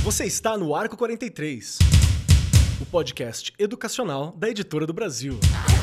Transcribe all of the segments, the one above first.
Você está no Arco 43, o podcast educacional da Editora do Brasil.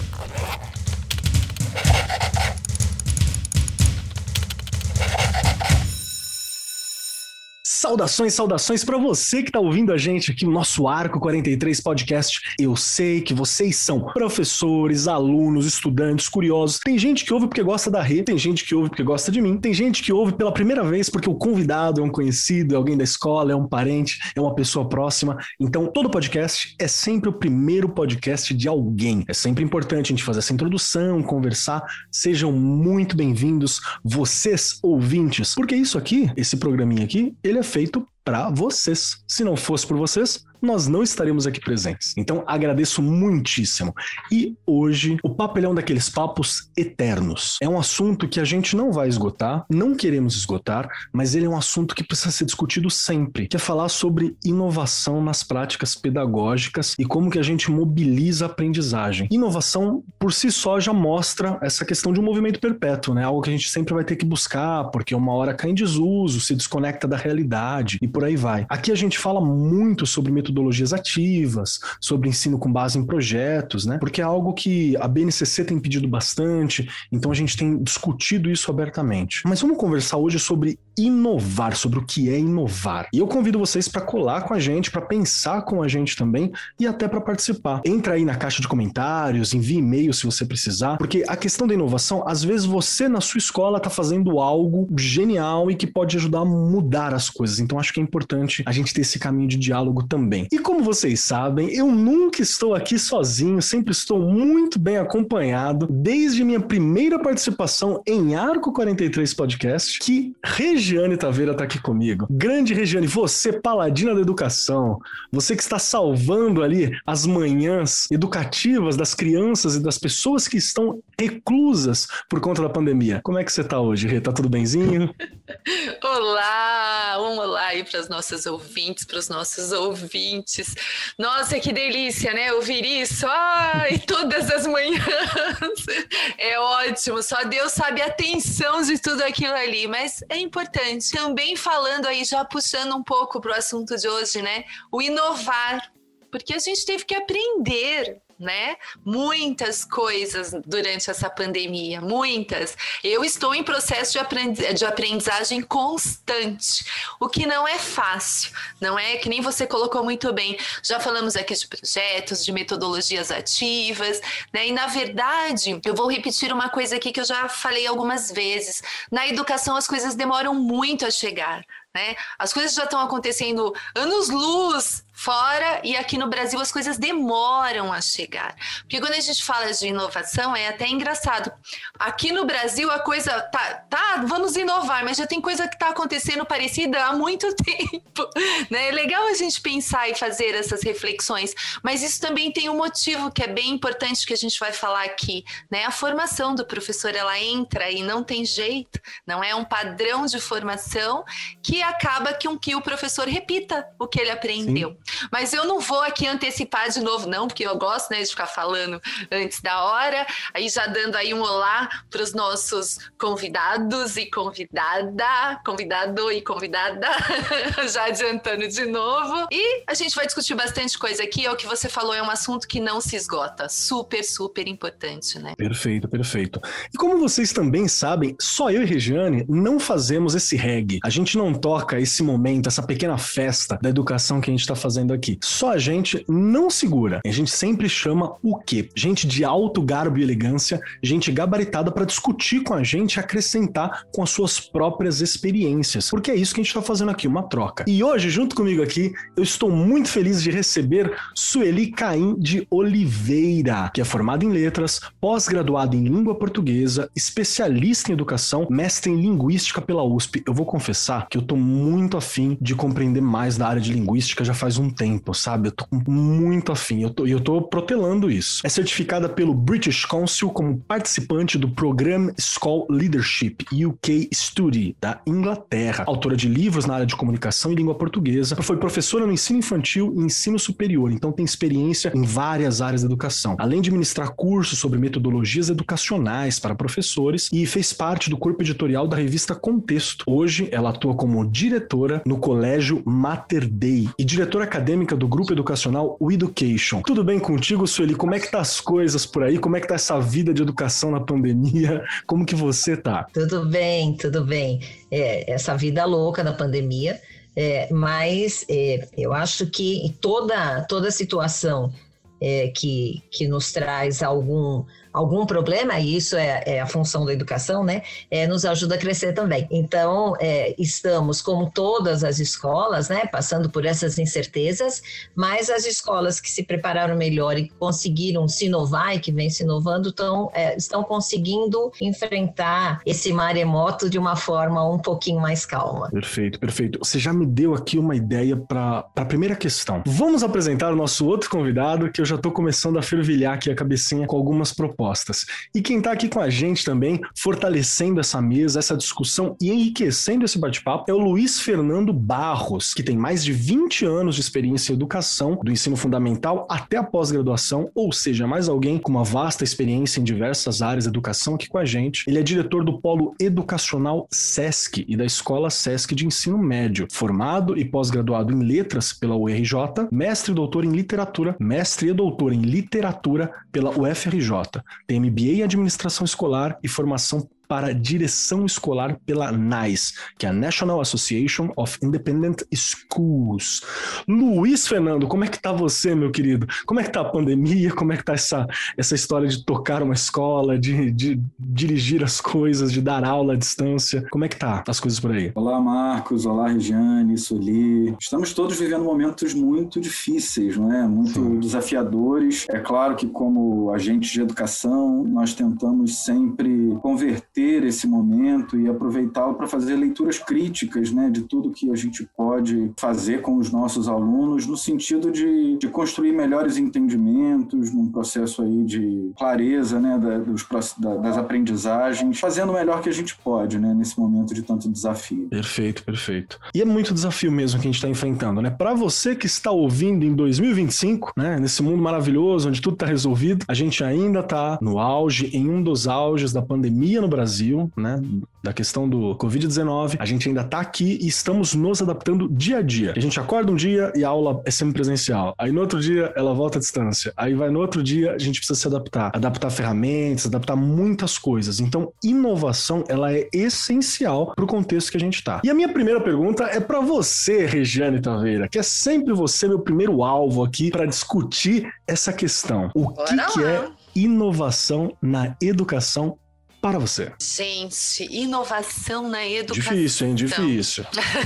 Saudações para você que está ouvindo a gente aqui no nosso Arco 43 podcast. Eu sei que vocês são professores, alunos, estudantes, curiosos. Tem gente que ouve porque gosta da Rê, tem gente que ouve porque gosta de mim, tem gente que ouve pela primeira vez porque o convidado é um conhecido, é alguém da escola, é um parente, é uma pessoa próxima. Então, todo podcast é sempre o primeiro podcast de alguém. É sempre importante a gente fazer essa introdução, conversar. Sejam muito bem-vindos, vocês ouvintes, porque isso aqui, esse programinha aqui, ele é feito para vocês. Se não fosse por vocês, nós não estaremos aqui presentes. Então, agradeço muitíssimo. E hoje, o papo é um daqueles papos eternos. É um assunto que a gente não vai esgotar, não queremos esgotar, mas ele é um assunto que precisa ser discutido sempre, que é falar sobre inovação nas práticas pedagógicas e como que a gente mobiliza a aprendizagem. Inovação, por si só, já mostra essa questão de um movimento perpétuo, né? Algo que a gente sempre vai ter que buscar, porque uma hora cai em desuso, se desconecta da realidade e por aí vai. Aqui a gente fala muito sobre metodologias ativas, sobre ensino com base em projetos, né? Porque é algo que a BNCC tem pedido bastante, então a gente tem discutido isso abertamente. Mas vamos conversar hoje sobre inovar, sobre o que é inovar. E eu convido vocês para colar com a gente, para pensar com a gente também e até para participar. Entra aí na caixa de comentários, envie e-mail se você precisar, porque a questão da inovação, às vezes você na sua escola está fazendo algo genial e que pode ajudar a mudar as coisas. Então acho que é importante a gente ter esse caminho de diálogo também. E como vocês sabem, eu nunca estou aqui sozinho, sempre estou muito bem acompanhado, desde minha primeira participação em Arco 43 Podcast, que Regiane Taveira está aqui comigo. Grande Regiane, você paladina da educação, você que está salvando ali as manhãs educativas das crianças e das pessoas que estão reclusas por conta da pandemia. Como é que você está hoje, Rê? Tá tudo benzinho? Olá, um olá aí para os nossos ouvintes, para os nossos ouvintes. Nossa, que delícia, né? Ouvir isso, ai, todas as manhãs. É ótimo, só Deus sabe a tensão de tudo aquilo ali, mas é importante. Também falando aí, já puxando um pouco para o assunto de hoje, né? O inovar, porque a gente teve que aprender, né? Muitas coisas durante essa pandemia, muitas. Eu estou em processo de aprendizagem constante, o que não é fácil, não é que nem você colocou muito bem. Já falamos aqui de projetos, de metodologias ativas, né? E na verdade, eu vou repetir uma coisa aqui que eu já falei algumas vezes. Na educação as coisas demoram muito a chegar, né? As coisas já estão acontecendo anos-luz fora e aqui no Brasil as coisas demoram a chegar. Porque quando a gente fala de inovação é até engraçado. Aqui no Brasil a coisa vamos inovar, mas já tem coisa que está acontecendo parecida há muito tempo, né? É legal a gente pensar e fazer essas reflexões, mas isso também tem um motivo que é bem importante que a gente vai falar aqui, né? A formação do professor, ela entra e não tem jeito, não é um padrão de formação que acaba que o professor repita o que ele aprendeu. Sim. Mas eu não vou aqui antecipar de novo, não, porque eu gosto, né, de ficar falando antes da hora, aí já dando aí um olá para os nossos convidados e convidado e convidada, já adiantando de novo. E a gente vai discutir bastante coisa aqui, é o que você falou, é um assunto que não se esgota, super, super importante, né? Perfeito, perfeito. E como vocês também sabem, só eu e Regiane não fazemos esse reggae, a gente não toca esse momento, essa pequena festa da educação que a gente está fazendo aqui. Só a gente não segura. A gente sempre chama o quê? Gente de alto garbo e elegância, gente gabaritada para discutir com a gente e acrescentar com as suas próprias experiências. Porque é isso que a gente está fazendo aqui, uma troca. E hoje, junto comigo aqui, eu estou muito feliz de receber Sueli Caim de Oliveira, que é formada em letras, pós-graduada em língua portuguesa, especialista em educação, mestre em linguística pela USP. Eu vou confessar que eu tô muito afim de compreender mais da área de linguística já faz um tempo, sabe? Eu tô muito afim, eu tô protelando isso. É certificada pelo British Council como participante do Program School Leadership UK Study da Inglaterra. Autora de livros na área de comunicação e língua portuguesa. Foi professora no ensino infantil e ensino superior, então tem experiência em várias áreas da educação. Além de ministrar cursos sobre metodologias educacionais para professores e fez parte do corpo editorial da revista Contexto. Hoje ela atua como diretora no Colégio Mater Dei e diretora acadêmica do grupo educacional O Education. Tudo bem contigo, Sueli? Como é que tá as coisas por aí? Como é que tá essa vida de educação na pandemia? Como que você tá? Tudo bem, tudo bem. Essa vida louca da pandemia, mas eu acho que toda situação que nos traz algum problema, e isso é a função da educação, né? Nos ajuda a crescer também. Então, estamos, como todas as escolas, né, passando por essas incertezas, mas as escolas que se prepararam melhor e conseguiram se inovar e que vêm se inovando estão conseguindo enfrentar esse maremoto de uma forma um pouquinho mais calma. Perfeito, perfeito. Você já me deu aqui uma ideia para a primeira questão. Vamos apresentar o nosso outro convidado, que eu já estou começando a fervilhar aqui a cabecinha com algumas propostas. E quem está aqui com a gente também, fortalecendo essa mesa, essa discussão e enriquecendo esse bate-papo, é o Luiz Fernando Barros, que tem mais de 20 anos de experiência em educação, do ensino fundamental até a pós-graduação, ou seja, mais alguém com uma vasta experiência em diversas áreas de educação aqui com a gente. Ele é diretor do Polo Educacional SESC e da Escola SESC de Ensino Médio, formado e pós-graduado em Letras pela URJ, mestre e doutor em Literatura, mestre e doutor em Literatura pela UFRJ. Tem MBA em Administração Escolar e formação para direção escolar pela NICE, que é a National Association of Independent Schools. Luiz Fernando, como é que tá você, meu querido? Como é que tá a pandemia? Como é que tá essa história de tocar uma escola, de dirigir as coisas, de dar aula à distância? Como é que tá as coisas por aí? Olá, Marcos. Olá, Regiane, Sueli. Estamos todos vivendo momentos muito difíceis, não é? Muito desafiadores. É claro que, como agentes de educação, nós tentamos sempre converter esse momento e aproveitá-lo para fazer leituras críticas, né, de tudo que a gente pode fazer com os nossos alunos, no sentido de construir melhores entendimentos, num processo aí de clareza, né, das aprendizagens, fazendo o melhor que a gente pode, né, nesse momento de tanto desafio. Perfeito, perfeito. E é muito desafio mesmo que a gente está enfrentando, né? Para você que está ouvindo em 2025, né, nesse mundo maravilhoso, onde tudo está resolvido, a gente ainda está no auge, em um dos auges da pandemia no Brasil, né, da questão do Covid-19, a gente ainda tá aqui e estamos nos adaptando dia a dia. A gente acorda um dia e a aula é semipresencial, aí no outro dia ela volta à distância, aí vai no outro dia a gente precisa se adaptar ferramentas, adaptar muitas coisas. Então, inovação, ela é essencial pro contexto que a gente tá. E a minha primeira pergunta é para você, Regiane Taveira, que é sempre você meu primeiro alvo aqui para discutir essa questão. O que é inovação na educação para você? Gente, inovação na educação. Difícil, hein? Difícil.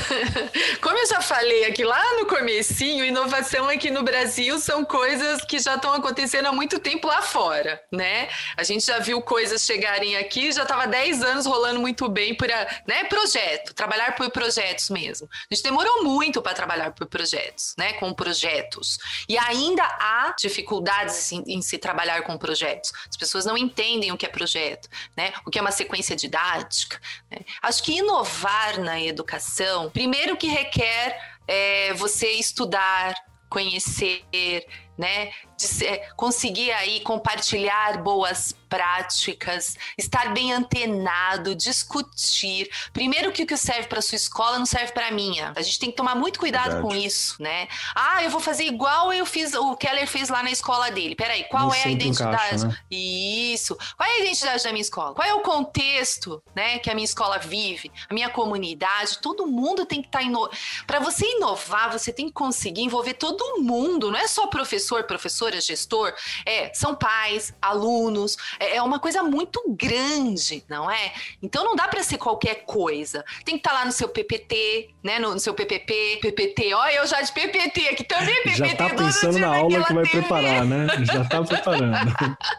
Como eu já falei aqui lá no comecinho, inovação aqui no Brasil são coisas que já estão acontecendo há muito tempo lá fora, né? A gente já viu coisas chegarem aqui, já estava 10 anos rolando muito bem por, né? Projeto, trabalhar por projetos mesmo. A gente demorou muito para trabalhar por projetos, né? Com projetos. E ainda há dificuldades em se trabalhar com projetos. As pessoas não entendem o que é projeto, né? O que é uma sequência didática, né? Acho que inovar na educação, primeiro que requer você estudar, conhecer, né? Conseguir aí compartilhar boas práticas, estar bem antenado, discutir. Primeiro que o que serve para sua escola não serve para a minha. A gente tem que tomar muito cuidado com isso, né? Eu vou fazer igual o Keller fez lá na escola dele. Peraí, qual é a identidade? Encaixa, né? Isso. Qual é a identidade da minha escola? Qual é o contexto, né, que a minha escola vive? A minha comunidade? Todo mundo tem que estar Para você inovar, você tem que conseguir envolver todo mundo. Não é só professor, professora, gestor. São pais, alunos. É uma coisa muito grande, não é? Então não dá para ser qualquer coisa. Tem que estar lá no seu PPT, né? No seu PPT. Ó, eu já de PPT aqui também, PPT. Já tá pensando na aula que vai preparar, né? Já tá preparando.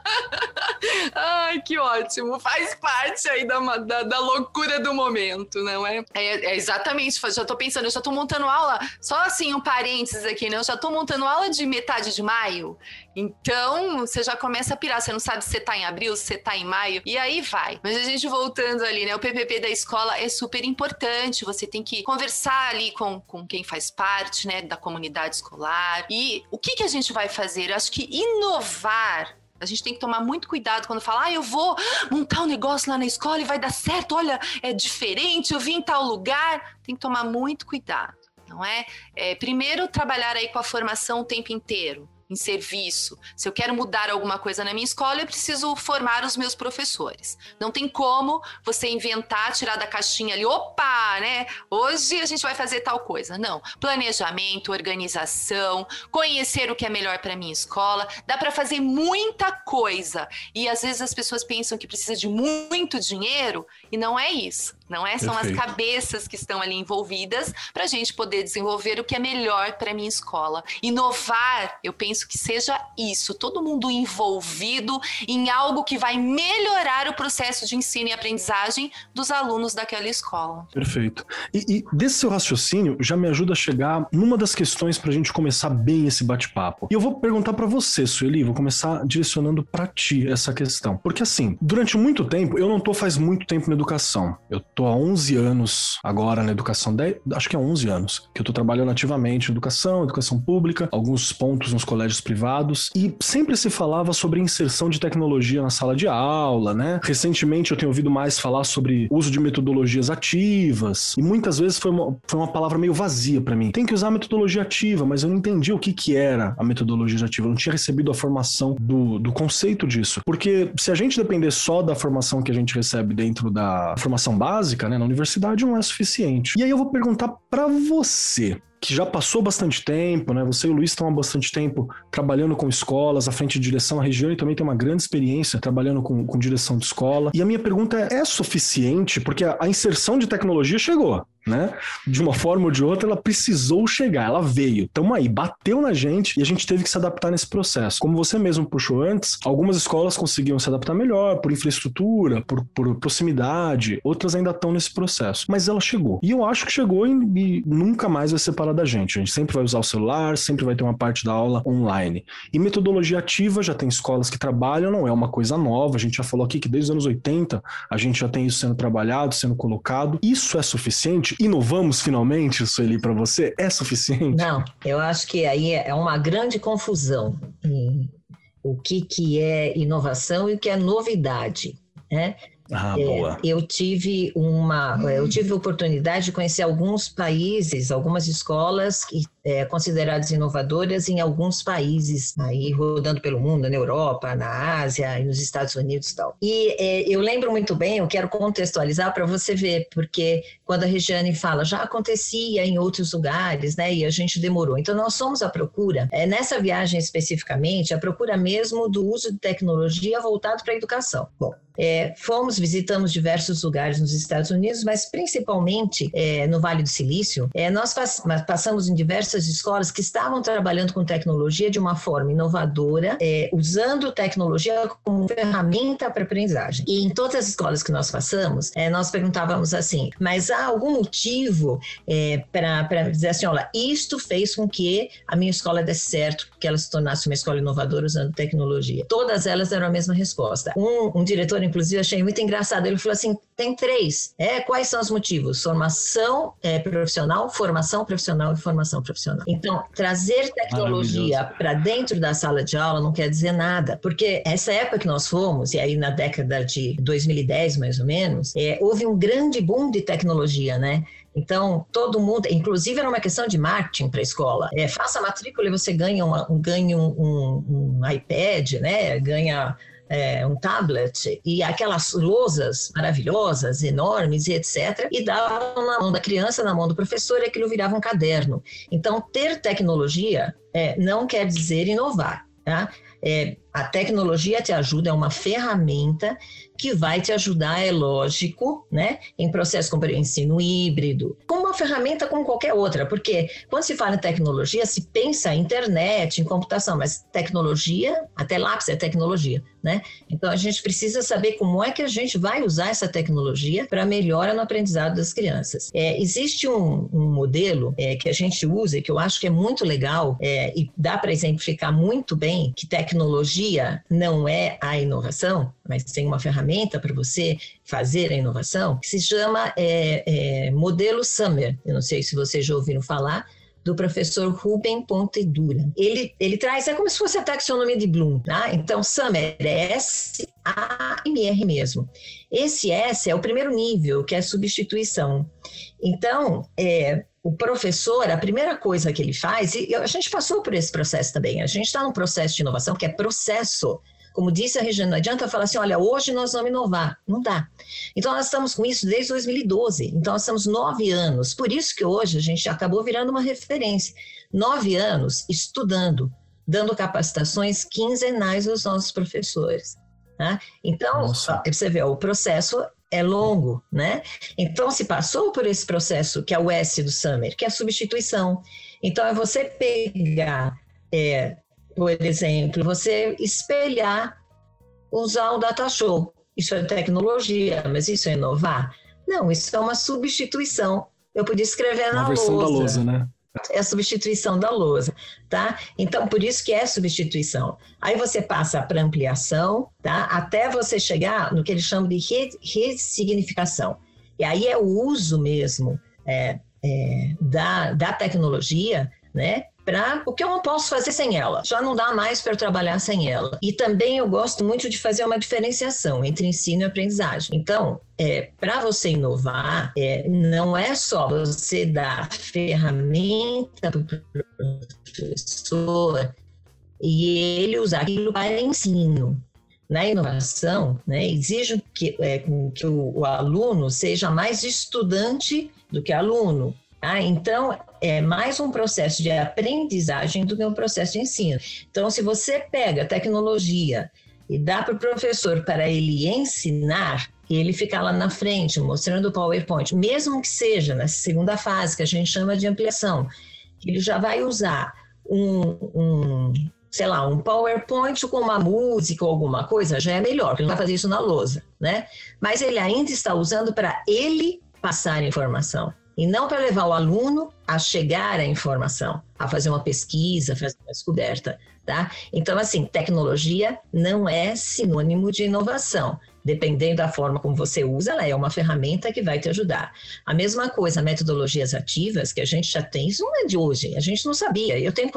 Ai, que ótimo. Faz parte aí da loucura do momento, não é? Exatamente. Já tô pensando, eu já tô montando aula, só assim, um parênteses aqui, né? Eu já tô montando aula de metade de maio. Então, você já começa a pirar. Você não sabe se você tá em abril, se você tá em maio. E aí vai. Mas a gente voltando ali, né? O PPP da escola é super importante. Você tem que conversar ali com quem faz parte, né? Da comunidade escolar. E o que a gente vai fazer? Eu acho que inovar A gente tem que tomar muito cuidado quando fala, eu vou montar um negócio lá na escola e vai dar certo, olha, é diferente, eu vim em tal lugar. Tem que tomar muito cuidado, não é? Primeiro, trabalhar aí com a formação o tempo inteiro, em serviço. Se eu quero mudar alguma coisa na minha escola, eu preciso formar os meus professores. Não tem como você inventar, tirar da caixinha ali, opa, né? Hoje a gente vai fazer tal coisa. Não. Planejamento, organização, conhecer o que é melhor para minha escola. Dá para fazer muita coisa. E às vezes as pessoas pensam que precisa de muito dinheiro e não é isso. Não é? São Perfeito. As cabeças que estão ali envolvidas para a gente poder desenvolver o que é melhor para a minha escola. Inovar, eu penso que seja isso, todo mundo envolvido em algo que vai melhorar o processo de ensino e aprendizagem dos alunos daquela escola. Perfeito. E desse seu raciocínio já me ajuda a chegar numa das questões para a gente começar bem esse bate-papo. E eu vou perguntar para você, Sueli, vou começar direcionando para ti essa questão. Porque assim, durante muito tempo, eu não tô faz muito tempo na educação. Eu tô há 11 anos agora na educação, acho que é 11 anos, que eu tô trabalhando ativamente em educação pública, alguns pontos nos colégios privados, e sempre se falava sobre inserção de tecnologia na sala de aula, né? Recentemente eu tenho ouvido mais falar sobre uso de metodologias ativas, e muitas vezes foi uma palavra meio vazia para mim. Tem que usar a metodologia ativa, mas eu não entendi o que era a metodologia ativa, eu não tinha recebido a formação do conceito disso, porque se a gente depender só da formação que a gente recebe dentro da formação básica, né, na universidade, não é suficiente. E aí eu vou perguntar para você, que já passou bastante tempo, né? Você e o Luiz estão há bastante tempo trabalhando com escolas, à frente de direção. A Regiane também tem uma grande experiência trabalhando com direção de escola. E a minha pergunta é suficiente? Porque a inserção de tecnologia chegou, né? De uma forma ou de outra, ela precisou chegar, ela veio. Tamo aí, bateu na gente e a gente teve que se adaptar nesse processo. Como você mesmo puxou antes, algumas escolas conseguiam se adaptar melhor por infraestrutura, por proximidade, outras ainda estão nesse processo. Mas ela chegou. E eu acho que chegou e nunca mais vai separar da gente. A gente sempre vai usar o celular, sempre vai ter uma parte da aula online. E metodologia ativa, já tem escolas que trabalham, não é uma coisa nova. A gente já falou aqui que desde os anos 80 a gente já tem isso sendo trabalhado, sendo colocado. Isso é suficiente? Inovamos finalmente, Sueli, para você? É suficiente? Não, eu acho que aí é uma grande confusão em o que é inovação e o que é novidade, né? Boa. Eu tive a oportunidade de conhecer alguns países, algumas escolas consideradas inovadoras em alguns países, aí rodando pelo mundo, na Europa, na Ásia e nos Estados Unidos e tal. E eu lembro muito bem, eu quero contextualizar para você ver, porque quando a Regiane fala, já acontecia em outros lugares, né, e a gente demorou. Então nós fomos à procura, nessa viagem especificamente, a procura mesmo do uso de tecnologia voltado para a educação. Bom, visitamos diversos lugares nos Estados Unidos, mas principalmente no Vale do Silício. Nós passamos em diversas escolas que estavam trabalhando com tecnologia de uma forma inovadora, usando tecnologia como ferramenta para aprendizagem. E em todas as escolas que nós passamos, nós perguntávamos assim, mas há algum motivo para dizer assim, olha, isto fez com que a minha escola desse certo, que ela se tornasse uma escola inovadora usando tecnologia? Todas elas deram a mesma resposta. Um diretor, inclusive, achei muito engraçado. Ele falou assim, tem 3. Quais são os motivos? Formação profissional, formação profissional e formação profissional. Então, trazer tecnologia para dentro da sala de aula não quer dizer nada, porque essa época que nós fomos, e aí na década de 2010, mais ou menos, houve um grande boom de tecnologia, né? Então, todo mundo, inclusive era uma questão de marketing para a escola. Faça a matrícula e você ganha um iPad, né? Ganha um tablet e aquelas lousas maravilhosas, enormes e etc. E davam na mão da criança, na mão do professor, e aquilo virava um caderno. Então, ter tecnologia não quer dizer inovar, tá? A tecnologia te ajuda, é uma ferramenta que vai te ajudar, é lógico, né, em processos como ensino híbrido, como uma ferramenta como qualquer outra, porque quando se fala em tecnologia, se pensa em internet, em computação, mas tecnologia, até lápis é tecnologia, né? Então a gente precisa saber como é que a gente vai usar essa tecnologia para melhora no aprendizado das crianças. Existe um modelo que a gente usa e que eu acho que é muito legal e dá para exemplificar muito bem que tecnologia não é a inovação, mas tem uma ferramenta para você fazer a inovação, que se chama modelo Summer. Eu não sei se vocês já ouviram falar, do professor Ruben Pontedura. Ele traz, é como se fosse a taxonomia de Bloom, tá? Então, Summer é S-A-M-R mesmo. Esse S é o primeiro nível, que é substituição. Então, o professor, a primeira coisa que ele faz, e a gente passou por esse processo também, a gente está num processo de inovação que é processo. Como disse a Regiane, não adianta falar assim, olha, hoje nós vamos inovar. Não dá. Então, nós estamos com isso desde 2012. Então, nós estamos 9 anos. Por isso que hoje a gente acabou virando uma referência. 9 anos estudando, dando capacitações quinzenais aos nossos professores. Tá? Então, você vê, o processo é longo, né? Então, se passou por esse processo, que é o S do Summer, que é a substituição. Então, é você pegar... por exemplo, você espelhar, usar o data show. Isso é tecnologia, mas isso é inovar? Não, isso é uma substituição. Eu podia escrever na lousa. Uma versão da lousa, né? É a substituição da lousa, tá? Então, por isso que é substituição. Aí você passa para ampliação, tá? Até você chegar no que eles chamam de ressignificação. E aí é o uso mesmo da tecnologia, né? O que eu não posso fazer sem ela. Já não dá mais para eu trabalhar sem ela. E também eu gosto muito de fazer uma diferenciação entre ensino e aprendizagem. Então, para você inovar, não é só você dar ferramenta para o professor e ele usar aquilo para ensino. Na inovação, né, exige que o aluno seja mais estudante do que aluno. Então, é mais um processo de aprendizagem do que um processo de ensino. Então, se você pega a tecnologia e dá para o professor para ele ensinar, e ele ficar lá na frente mostrando o PowerPoint, mesmo que seja nessa segunda fase, que a gente chama de ampliação, ele já vai usar um PowerPoint com uma música ou alguma coisa, já é melhor, porque ele não vai fazer isso na lousa, né? Mas ele ainda está usando para ele passar a informação. E não para levar o aluno a chegar à informação, a fazer uma pesquisa, fazer uma descoberta, tá? Então, assim, tecnologia não é sinônimo de inovação. Dependendo da forma como você usa, ela é uma ferramenta que vai te ajudar. A mesma coisa, metodologias ativas, que a gente já tem, isso não é de hoje, a gente não sabia. Eu tenho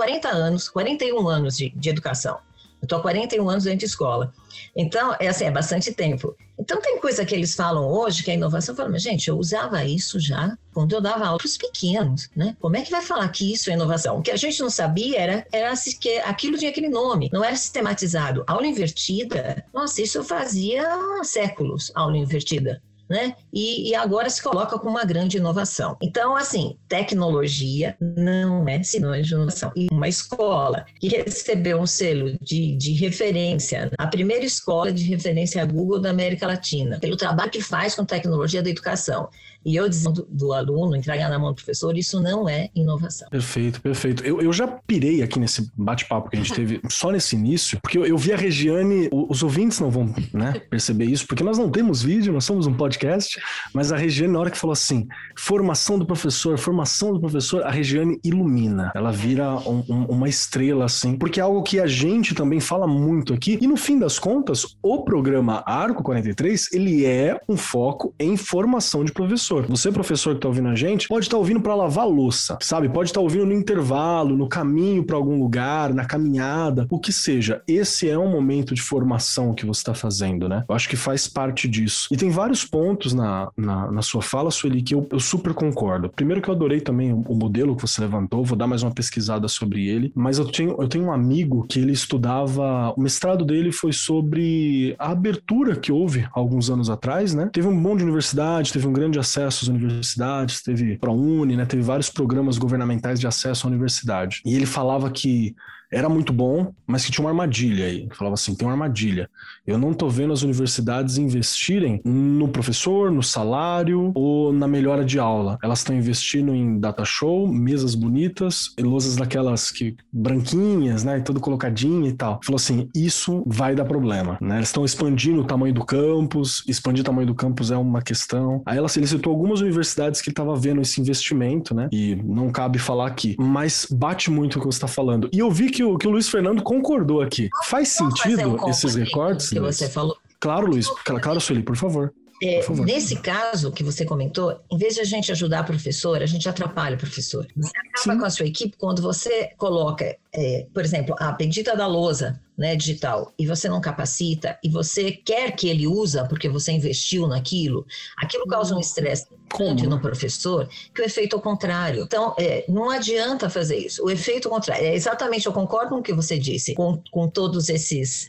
41 anos de educação. Eu estou há 41 anos dentro de escola. Então, é bastante tempo. Então, tem coisa que eles falam hoje, que é inovação. Eu falo, mas, gente, eu usava isso já quando eu dava aula para os pequenos, né? Como é que vai falar que isso é inovação? O que a gente não sabia era que aquilo tinha aquele nome, não era sistematizado. Aula invertida, nossa, isso eu fazia há séculos, aula invertida. Né? E agora se coloca como uma grande inovação. Então, assim, tecnologia não é sinônimo de inovação. E uma escola que recebeu um selo de referência, a primeira escola de referência a Google da América Latina, pelo trabalho que faz com tecnologia da educação. E eu dizendo do aluno, entregar na mão do professor, isso não é inovação. Perfeito, perfeito. Eu já pirei aqui nesse bate-papo que a gente teve só nesse início, porque eu vi a Regiane, os ouvintes não vão, né, perceber isso, porque nós não temos vídeo, nós somos um podcast, mas a Regiane, na hora que falou assim, formação do professor, a Regiane ilumina. Ela vira uma estrela, assim, porque é algo que a gente também fala muito aqui, e no fim das contas, o programa Arco 43, ele é um foco em formação de professor. Você, professor que está ouvindo a gente, pode estar ouvindo para lavar louça, sabe? Pode estar ouvindo no intervalo, no caminho para algum lugar, na caminhada, o que seja. Esse é um momento de formação que você está fazendo, né? Eu acho que faz parte disso. E tem vários pontos na sua fala, Sueli, que eu super concordo. Primeiro que eu adorei também o modelo que você levantou, vou dar mais uma pesquisada sobre ele, mas eu tenho um amigo que ele estudava, o mestrado dele foi sobre a abertura que houve alguns anos atrás, né? Teve um monte de universidade, teve um grande acesso às universidades, teve ProUni, né? Teve vários programas governamentais de acesso à universidade. E ele falava que era muito bom, mas que tinha uma armadilha aí. Ele falava assim, tem uma armadilha. Eu não tô vendo as universidades investirem no professor, no salário ou na melhora de aula. Elas estão investindo em data show, mesas bonitas, lousas daquelas que branquinhas, né, tudo colocadinho e tal. Ele falou assim, isso vai dar problema, né? Eles estão expandindo o tamanho do campus, expandir o tamanho do campus é uma questão. Aí ele citou algumas universidades que ele estava vendo esse investimento, né? E não cabe falar aqui, mas bate muito o que você está falando. E eu vi que o Luiz Fernando concordou aqui. Faz sentido esses recortes? Que você falou. Claro, Luiz. Claro, Sueli, por favor. Nesse caso que você comentou, em vez de a gente ajudar a professora, a gente atrapalha o professor. Você acaba com a sua equipe quando você coloca, por exemplo, a bendita da lousa, né, digital, e você não capacita, e você quer que ele usa porque você investiu naquilo, aquilo causa um estresse grande no professor, que o efeito é o contrário. Então, não adianta fazer isso. O efeito contrário, exatamente, eu concordo com o que você disse, com todos esses...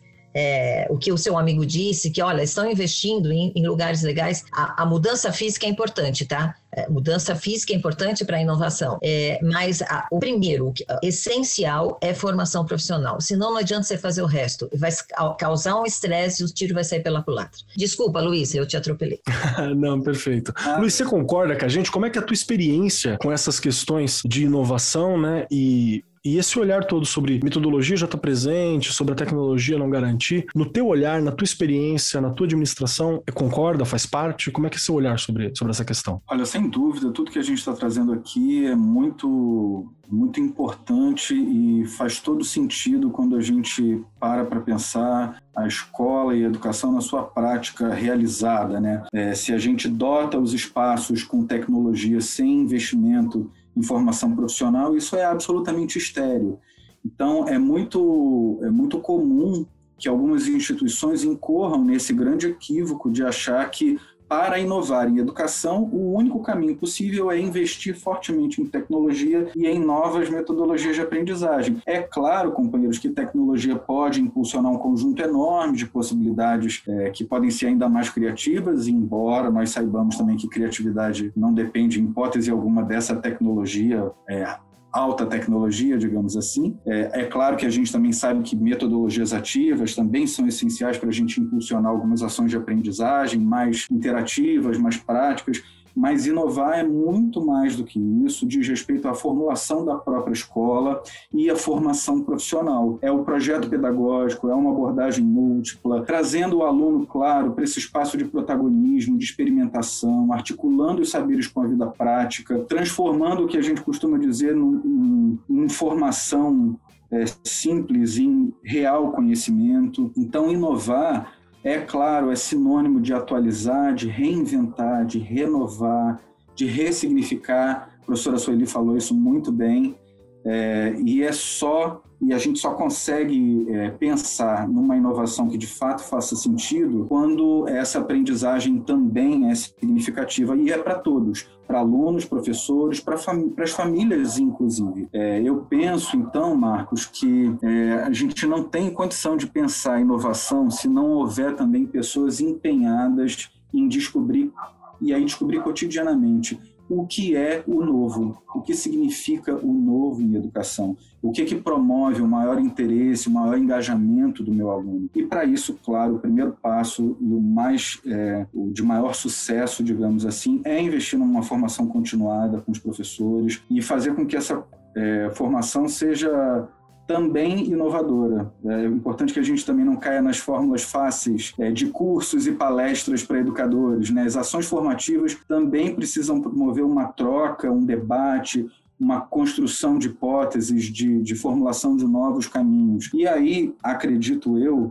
o que o seu amigo disse, que, olha, estão investindo em lugares legais. A mudança física é importante, tá? Mudança física é importante para a inovação. Mas o primeiro, essencial, é formação profissional. Senão não adianta você fazer o resto. Vai causar um estresse e o tiro vai sair pela culatra. Desculpa, Luiz, eu te atropelei. Não, perfeito. Luiz, você concorda com a gente? Como é que é a tua experiência com essas questões de inovação, né? E esse olhar todo sobre metodologia já está presente, sobre a tecnologia não garantir. No teu olhar, na tua experiência, na tua administração, concorda, faz parte? Como é que é seu olhar sobre essa questão? Olha, sem dúvida, tudo que a gente está trazendo aqui é muito, muito importante e faz todo sentido quando a gente para pensar a escola e a educação na sua prática realizada, né? Se a gente dota os espaços com tecnologia sem investimento em formação profissional, isso é absolutamente estéril. Então, é muito comum que algumas instituições incorram nesse grande equívoco de achar que, para inovar em educação, o único caminho possível é investir fortemente em tecnologia e em novas metodologias de aprendizagem. É claro, companheiros, que tecnologia pode impulsionar um conjunto enorme de possibilidades que podem ser ainda mais criativas, embora nós saibamos também que criatividade não depende, em hipótese alguma, dessa tecnologia alta tecnologia, digamos assim. É claro que a gente também sabe que metodologias ativas também são essenciais para a gente impulsionar algumas ações de aprendizagem mais interativas, mais práticas, mas inovar é muito mais do que isso, diz respeito à formulação da própria escola e à formação profissional. É o projeto pedagógico, é uma abordagem múltipla, trazendo o aluno, claro, para esse espaço de protagonismo, de experimentação, articulando os saberes com a vida prática, transformando o que a gente costuma dizer em informação simples, em real conhecimento. Então, inovar, é claro, é sinônimo de atualizar, de reinventar, de renovar, de ressignificar. A professora Sueli falou isso muito bem. E a gente só consegue pensar numa inovação que de fato faça sentido quando essa aprendizagem também é significativa e é para todos, para alunos, professores, para as famílias, inclusive. Eu penso, então, Marcos, que a gente não tem condição de pensar inovação se não houver também pessoas empenhadas em descobrir cotidianamente o que é o novo, o que significa o novo em educação, o que promove o maior interesse, o maior engajamento do meu aluno. E para isso, claro, o primeiro passo e o de maior sucesso, digamos assim, é investir numa formação continuada com os professores e fazer com que essa formação seja também inovadora. É importante que a gente também não caia nas fórmulas fáceis de cursos e palestras para educadores, né? As ações formativas também precisam promover uma troca, um debate, uma construção de hipóteses, de formulação de novos caminhos. E aí, acredito eu,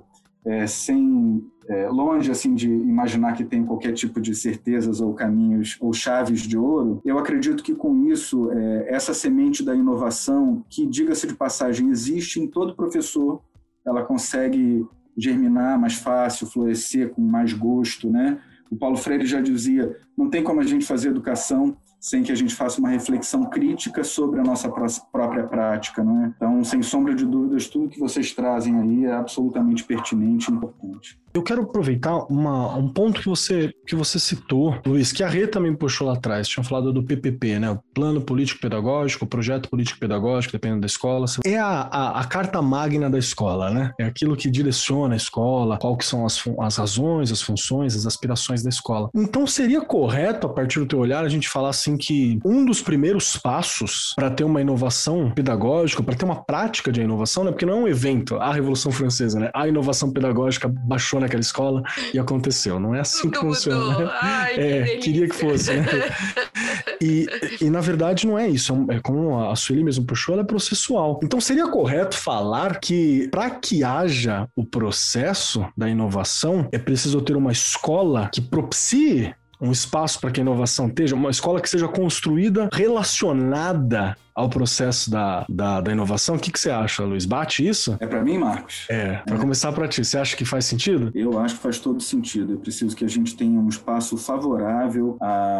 longe assim de imaginar que tem qualquer tipo de certezas ou caminhos ou chaves de ouro, eu acredito que com isso, essa semente da inovação, que, diga-se de passagem, existe em todo professor, ela consegue germinar mais fácil, florescer com mais gosto, né? O Paulo Freire já dizia, não tem como a gente fazer educação sem que a gente faça uma reflexão crítica sobre a nossa própria prática, não é? Então, sem sombra de dúvidas, tudo que vocês trazem aí é absolutamente pertinente e importante. Eu quero aproveitar um ponto que você citou, Luiz, que a Rê também puxou lá atrás. Tinha falado do PPP, né? O Plano Político Pedagógico, o Projeto Político Pedagógico, dependendo da escola. É a carta magna da escola, né? É aquilo que direciona a escola, qual que são as razões, as funções, as aspirações da escola. Então, seria correto, a partir do teu olhar, a gente falar assim que um dos primeiros passos para ter uma inovação pedagógica, para ter uma prática de inovação, né? Porque não é um evento, a Revolução Francesa, né? A inovação pedagógica baixou naquela escola e aconteceu. Não é assim que funciona. Né? Ai, que queria que fosse. Né? E na verdade não é isso, é como a Sueli mesmo puxou, ela é processual. Então seria correto falar que para que haja o processo da inovação, é preciso ter uma escola que propicie um espaço para que a inovação esteja, uma escola que seja construída relacionada ao processo da inovação. O que você acha, Luiz? Bate isso? É para mim, Marcos? Para começar para ti, você acha que faz sentido? Eu acho que faz todo sentido. É preciso que a gente tenha um espaço favorável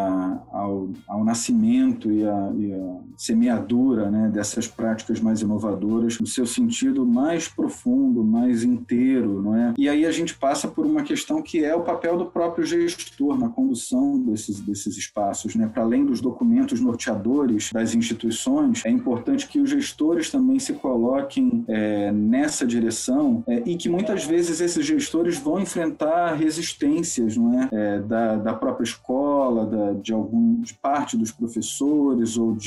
ao nascimento e a semeadura, né, dessas práticas mais inovadoras, no seu sentido mais profundo, mais inteiro, não é? E aí a gente passa por uma questão que é o papel do próprio gestor na condução desses espaços, né? Para além dos documentos norteadores das instituições, é importante que os gestores também se coloquem nessa direção e que muitas vezes esses gestores vão enfrentar resistências, não é? Da própria escola, de parte dos professores ou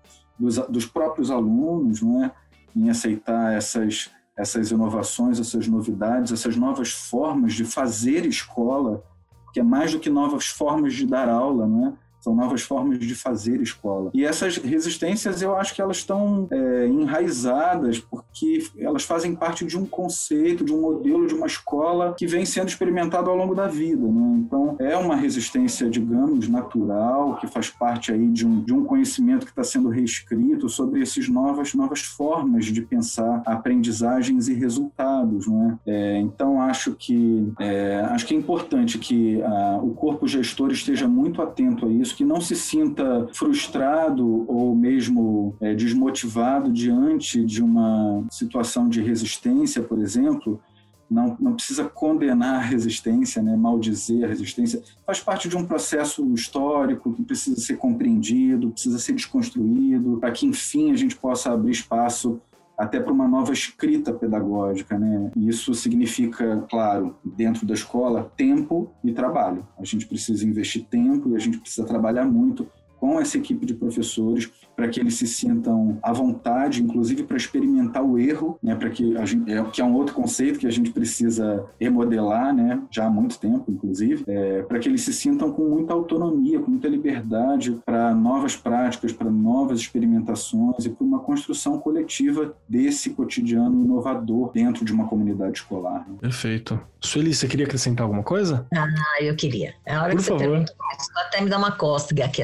dos próprios alunos, não é? Em aceitar essas inovações, essas novidades, essas novas formas de fazer escola, que é mais do que novas formas de dar aula, não é? São novas formas de fazer escola. E essas resistências, eu acho que elas estão enraizadas porque elas fazem parte de um conceito, de um modelo de uma escola que vem sendo experimentado ao longo da vida, né? Então, é uma resistência, digamos, natural, que faz parte aí de um conhecimento que está sendo reescrito sobre essas novas formas de pensar aprendizagens e resultados, não é? Então, acho que é importante que o corpo gestor esteja muito atento a isso, que não se sinta frustrado ou mesmo desmotivado diante de uma situação de resistência, por exemplo. Não precisa condenar a resistência, né? Maldizer a resistência. Faz parte de um processo histórico que precisa ser compreendido, precisa ser desconstruído, para que, enfim, a gente possa abrir espaço até para uma nova escrita pedagógica, né? E isso significa, claro, dentro da escola, tempo e trabalho. A gente precisa investir tempo e a gente precisa trabalhar muito com essa equipe de professores para que eles se sintam à vontade, inclusive para experimentar o erro, né? Para que que é um outro conceito que a gente precisa remodelar, né? Já há muito tempo, inclusive, para que eles se sintam com muita autonomia, com muita liberdade para novas práticas, para novas experimentações e para uma construção coletiva desse cotidiano inovador dentro de uma comunidade escolar, né? Perfeito. Sueli, você queria acrescentar alguma coisa? Eu queria. A hora Por que você perguntou, começou até me dar uma cócega aqui.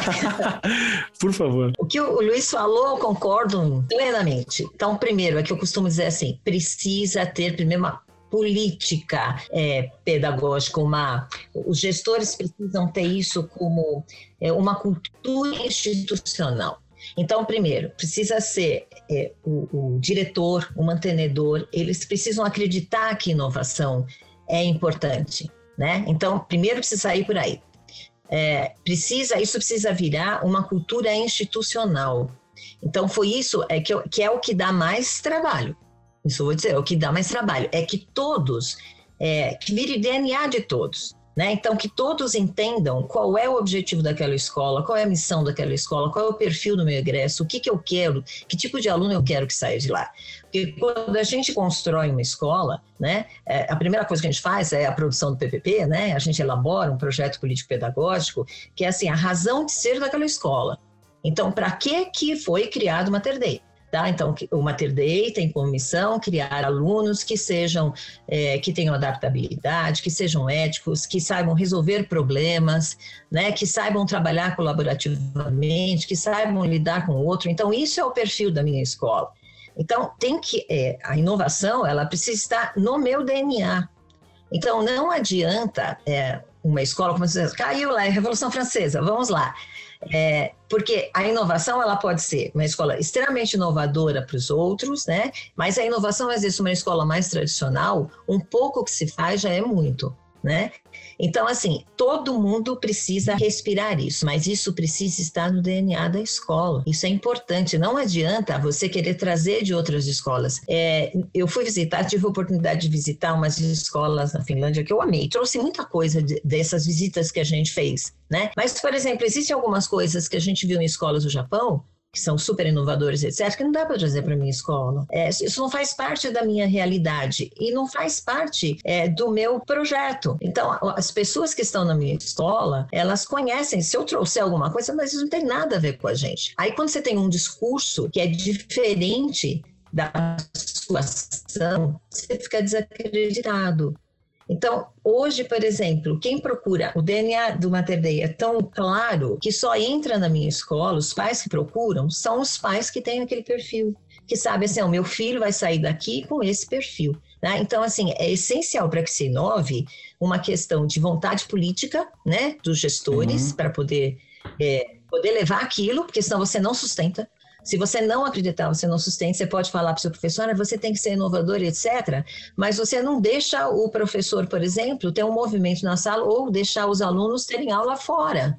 Por favor. O que o Luiz falou, eu concordo plenamente. Então, primeiro, é que eu costumo dizer assim, precisa ter primeiro uma política pedagógica, os gestores precisam ter isso como uma cultura institucional. Então, primeiro, precisa ser o diretor, o mantenedor, eles precisam acreditar que inovação é importante, né? Então, primeiro precisa ir por aí. Isso precisa virar uma cultura institucional. Então, foi isso que é o que dá mais trabalho. Isso eu vou dizer, é o que dá mais trabalho. É que todos, que vire DNA de todos, né? Então, que todos entendam qual é o objetivo daquela escola, qual é a missão daquela escola, qual é o perfil do meu egresso, o que eu quero, que tipo de aluno eu quero que saia de lá. Porque quando a gente constrói uma escola, né, a primeira coisa que a gente faz é a produção do PPP, né? A gente elabora um projeto político-pedagógico que é assim, a razão de ser daquela escola. Então, para que foi criado o Mater Dei? Tá? Então, o Mater Dei tem como missão criar alunos que que tenham adaptabilidade, que sejam éticos, que saibam resolver problemas, né? Que saibam trabalhar colaborativamente, que saibam lidar com o outro. Então, isso é o perfil da minha escola. Então, a inovação, ela precisa estar no meu DNA. Então, não adianta uma escola, como você diz, caiu lá, a Revolução Francesa, vamos lá. Porque a inovação, ela pode ser uma escola extremamente inovadora para os outros, né? Mas a inovação, às vezes, uma escola mais tradicional, um pouco que se faz já é muito, né? Então, assim, todo mundo precisa respirar isso, mas isso precisa estar no DNA da escola. Isso é importante. Não adianta você querer trazer de outras escolas. Eu tive a oportunidade de visitar umas escolas na Finlândia que eu amei. Trouxe muita coisa dessas visitas que a gente fez, né? Mas, por exemplo, existem algumas coisas que a gente viu em escolas do Japão que são super inovadores, etc., que não dá para trazer para a minha escola. Isso não faz parte da minha realidade e não faz parte do meu projeto. Então, as pessoas que estão na minha escola, elas conhecem, se eu trouxer alguma coisa, mas isso não tem nada a ver com a gente. Aí, quando você tem um discurso que é diferente da sua ação, você fica desacreditado. Então, hoje, por exemplo, quem procura o DNA do Mater Dei é tão claro que só entra na minha escola, os pais que procuram, são os pais que têm aquele perfil, que sabem assim, o meu filho vai sair daqui com esse perfil. Né? Então, assim, é essencial para que se inove uma questão de vontade política, né, dos gestores, para poder levar aquilo, porque senão você não sustenta. Se você não acreditar, você não sustenta, você pode falar para o seu professor, você tem que ser inovador, etc. Mas você não deixa o professor, por exemplo, ter um movimento na sala ou deixar os alunos terem aula fora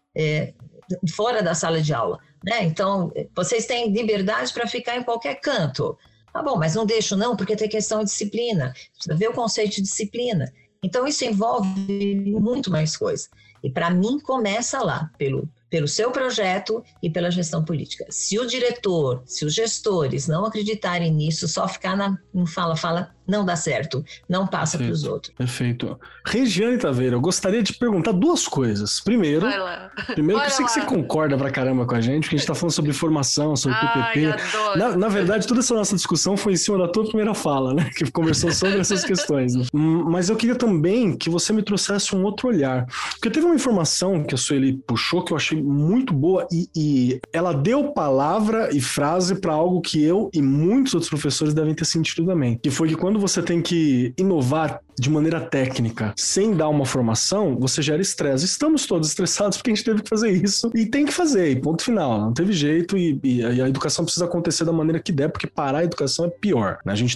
da sala de aula. Né? Então, vocês têm liberdade para ficar em qualquer canto. Tá bom, mas não deixo não, porque tem questão de disciplina. Precisa ver o conceito de disciplina. Então, isso envolve muito mais coisa. E, para mim, começa lá, pelo seu projeto e pela gestão política. Se o diretor, se os gestores não acreditarem nisso, só ficar no fala, não dá certo, não passa para os outros. Perfeito. Regiane Taveira, eu gostaria de perguntar duas coisas. Primeiro, que eu sei que você concorda pra caramba com a gente, porque a gente tá falando sobre formação, sobre PPP. Na verdade, toda essa nossa discussão foi em cima da tua primeira fala, né? Que conversou sobre essas questões. Né? Mas eu queria também que você me trouxesse um outro olhar. Porque teve uma informação que a Sueli puxou que eu achei muito boa e ela deu palavra e frase para algo que eu e muitos outros professores devem ter sentido também. Que foi que quando você tem que inovar de maneira técnica, sem dar uma formação, você gera estresse. Estamos todos estressados porque a gente teve que fazer isso e tem que fazer, e ponto final. Não teve jeito e a educação precisa acontecer da maneira que der, porque parar a educação é pior. Né? A gente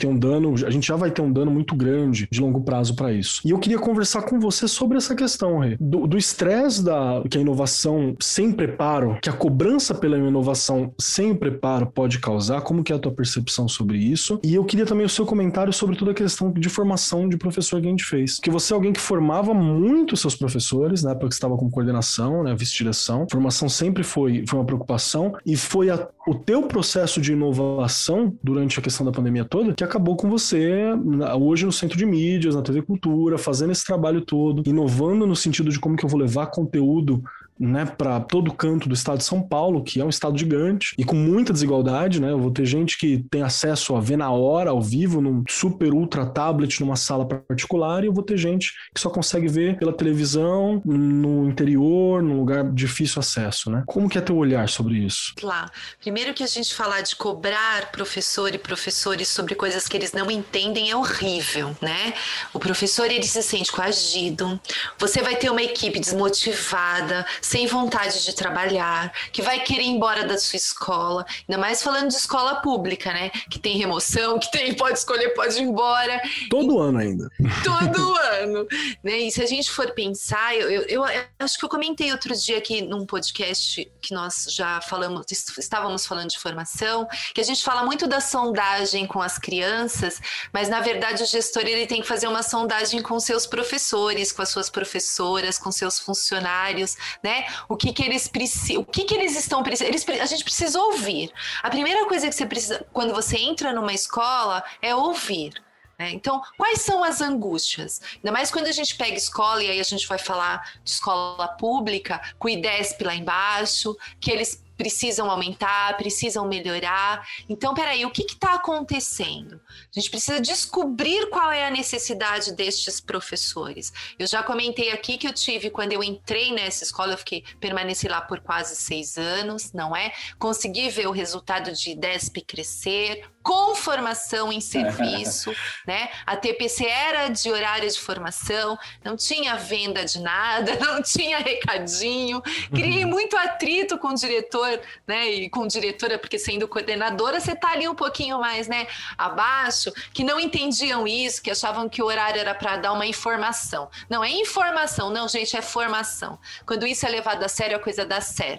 já vai ter um dano muito grande de longo prazo para isso. E eu queria conversar com você sobre essa questão, Rê, do estresse que a inovação sem preparo, que a cobrança pela inovação sem preparo pode causar, como que é a tua percepção sobre isso? E eu queria também o seu comentário sobre toda a questão de formação de professor que a gente fez. Que você é alguém que formava muito seus professores, na época que estava com coordenação, né, vice-direção. Formação sempre foi uma preocupação e foi o teu processo de inovação durante a questão da pandemia toda que acabou com você hoje no Centro de Mídias, na TV Cultura, fazendo esse trabalho todo, inovando no sentido de como que eu vou levar conteúdo, né, para todo canto do estado de São Paulo, que é um estado gigante e com muita desigualdade, né? Eu vou ter gente que tem acesso a ver na hora, ao vivo, num super ultra tablet, numa sala particular, e eu vou ter gente que só consegue ver pela televisão, no interior, num lugar de difícil acesso, né? Como que é teu olhar sobre isso? Claro. Primeiro que a gente falar de cobrar professor e professores sobre coisas que eles não entendem é horrível, né? O professor, ele se sente coagido, você vai ter uma equipe desmotivada, sem vontade de trabalhar, que vai querer ir embora da sua escola, ainda mais falando de escola pública, né? Que tem remoção, pode escolher, pode ir embora. Todo ano ainda. Todo ano. Né? E se a gente for pensar, eu acho que eu comentei outro dia aqui num podcast que nós já estávamos falando de formação, que a gente fala muito da sondagem com as crianças, mas na verdade o gestor ele tem que fazer uma sondagem com seus professores, com as suas professoras, com seus funcionários, né? O que eles precisam, o que eles estão precisando, a gente precisa ouvir. A primeira coisa que você precisa quando você entra numa escola é ouvir. Então, quais são as angústias? Ainda mais quando a gente pega escola, e aí a gente vai falar de escola pública, com o IDESP lá embaixo, que eles precisam aumentar, precisam melhorar. Então, peraí, o que está acontecendo? A gente precisa descobrir qual é a necessidade destes professores. Eu já comentei aqui que eu tive, quando eu entrei nessa escola, permaneci lá por quase 6 anos, não é? Consegui ver o resultado de IDESP crescer, com formação em serviço, né? A TPC era de horário de formação, não tinha venda de nada, não tinha recadinho, criei muito atrito com o diretor, né? E com diretora, porque sendo coordenadora, você tá ali um pouquinho mais, né, abaixo, que não entendiam isso, que achavam que o horário era para dar uma informação. Não é informação, não, gente, é formação. Quando isso é levado a sério, a coisa dá certo.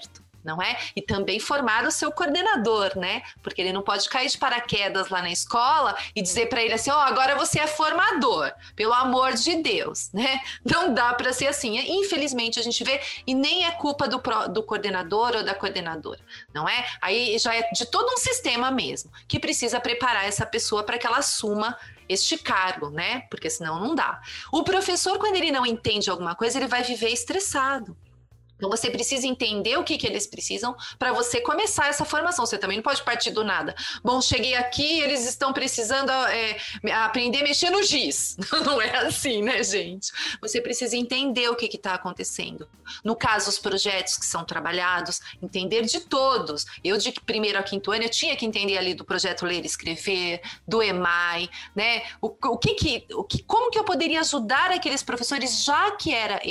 não é? E também formar o seu coordenador, né? Porque ele não pode cair de paraquedas lá na escola e dizer para ele assim, agora você é formador, pelo amor de Deus, né? Não dá para ser assim. Infelizmente a gente vê, e nem é culpa do coordenador ou da coordenadora, não é? Aí já é de todo um sistema mesmo, que precisa preparar essa pessoa para que ela assuma este cargo, né? Porque senão não dá. O professor, quando ele não entende alguma coisa, ele vai viver estressado. Então, você precisa entender o que eles precisam para você começar essa formação. Você também não pode partir do nada. Bom, cheguei aqui, eles estão precisando aprender a mexer no giz. Não é assim, né, gente? Você precisa entender o que está acontecendo. No caso, os projetos que são trabalhados, entender de todos. Eu, de primeiro a quinto ano, eu tinha que entender ali do projeto Ler e Escrever, do EMAI, né? Como que eu poderia ajudar aqueles professores, já que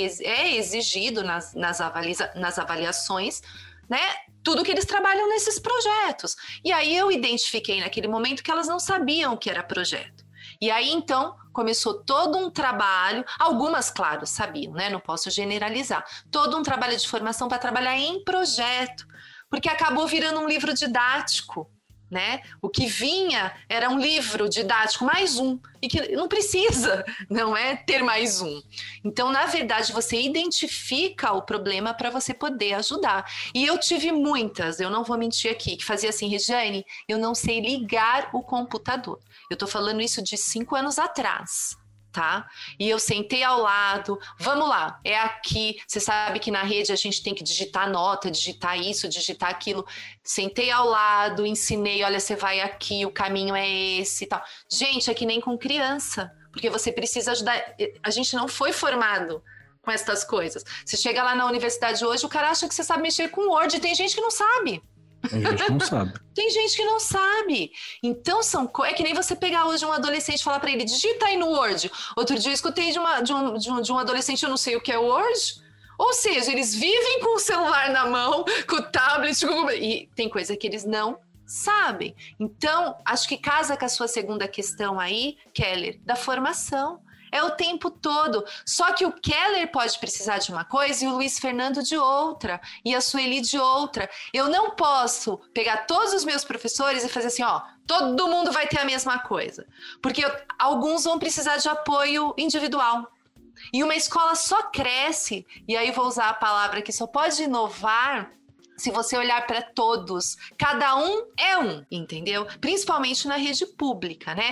é exigido nas avaliações, né? Tudo que eles trabalham nesses projetos. E aí eu identifiquei naquele momento que elas não sabiam o que era projeto. E aí, então, começou todo um trabalho, algumas, claro, sabiam, né? Não posso generalizar. Todo um trabalho de formação para trabalhar em projeto, porque acabou virando um livro didático, né? O que vinha era um livro didático, mais um, e que não precisa, não é ter mais um. Então, na verdade, você identifica o problema para você poder ajudar. E eu tive muitas, eu não vou mentir aqui, que fazia assim, Regiane, eu não sei ligar o computador. Eu estou falando isso de 5 anos atrás. Tá? E eu sentei ao lado, vamos lá, é aqui, você sabe que na rede a gente tem que digitar nota, digitar isso, digitar aquilo. Sentei ao lado, ensinei, olha, você vai aqui, o caminho é esse e tal. Gente, é que nem com criança, porque você precisa ajudar, a gente não foi formado com essas coisas. Você chega lá na universidade hoje, o cara acha que você sabe mexer com Word, tem gente que não sabe. Tem gente que não sabe. Tem gente que não sabe. Então, é que nem você pegar hoje um adolescente e falar para ele, digita aí no Word. Outro dia eu escutei de um adolescente, eu não sei o que é Word. Ou seja, eles vivem com o celular na mão, com o tablet, e tem coisa que eles não sabem. Então, acho que casa com a sua segunda questão aí, Keller, da formação. É o tempo todo. Só que o Keller pode precisar de uma coisa e o Luiz Fernando de outra. E a Sueli de outra. Eu não posso pegar todos os meus professores e fazer assim, todo mundo vai ter a mesma coisa. Porque alguns vão precisar de apoio individual. E uma escola só cresce, e aí vou usar a palavra que só pode inovar se você olhar para todos. Cada um é um, entendeu? Principalmente na rede pública, né?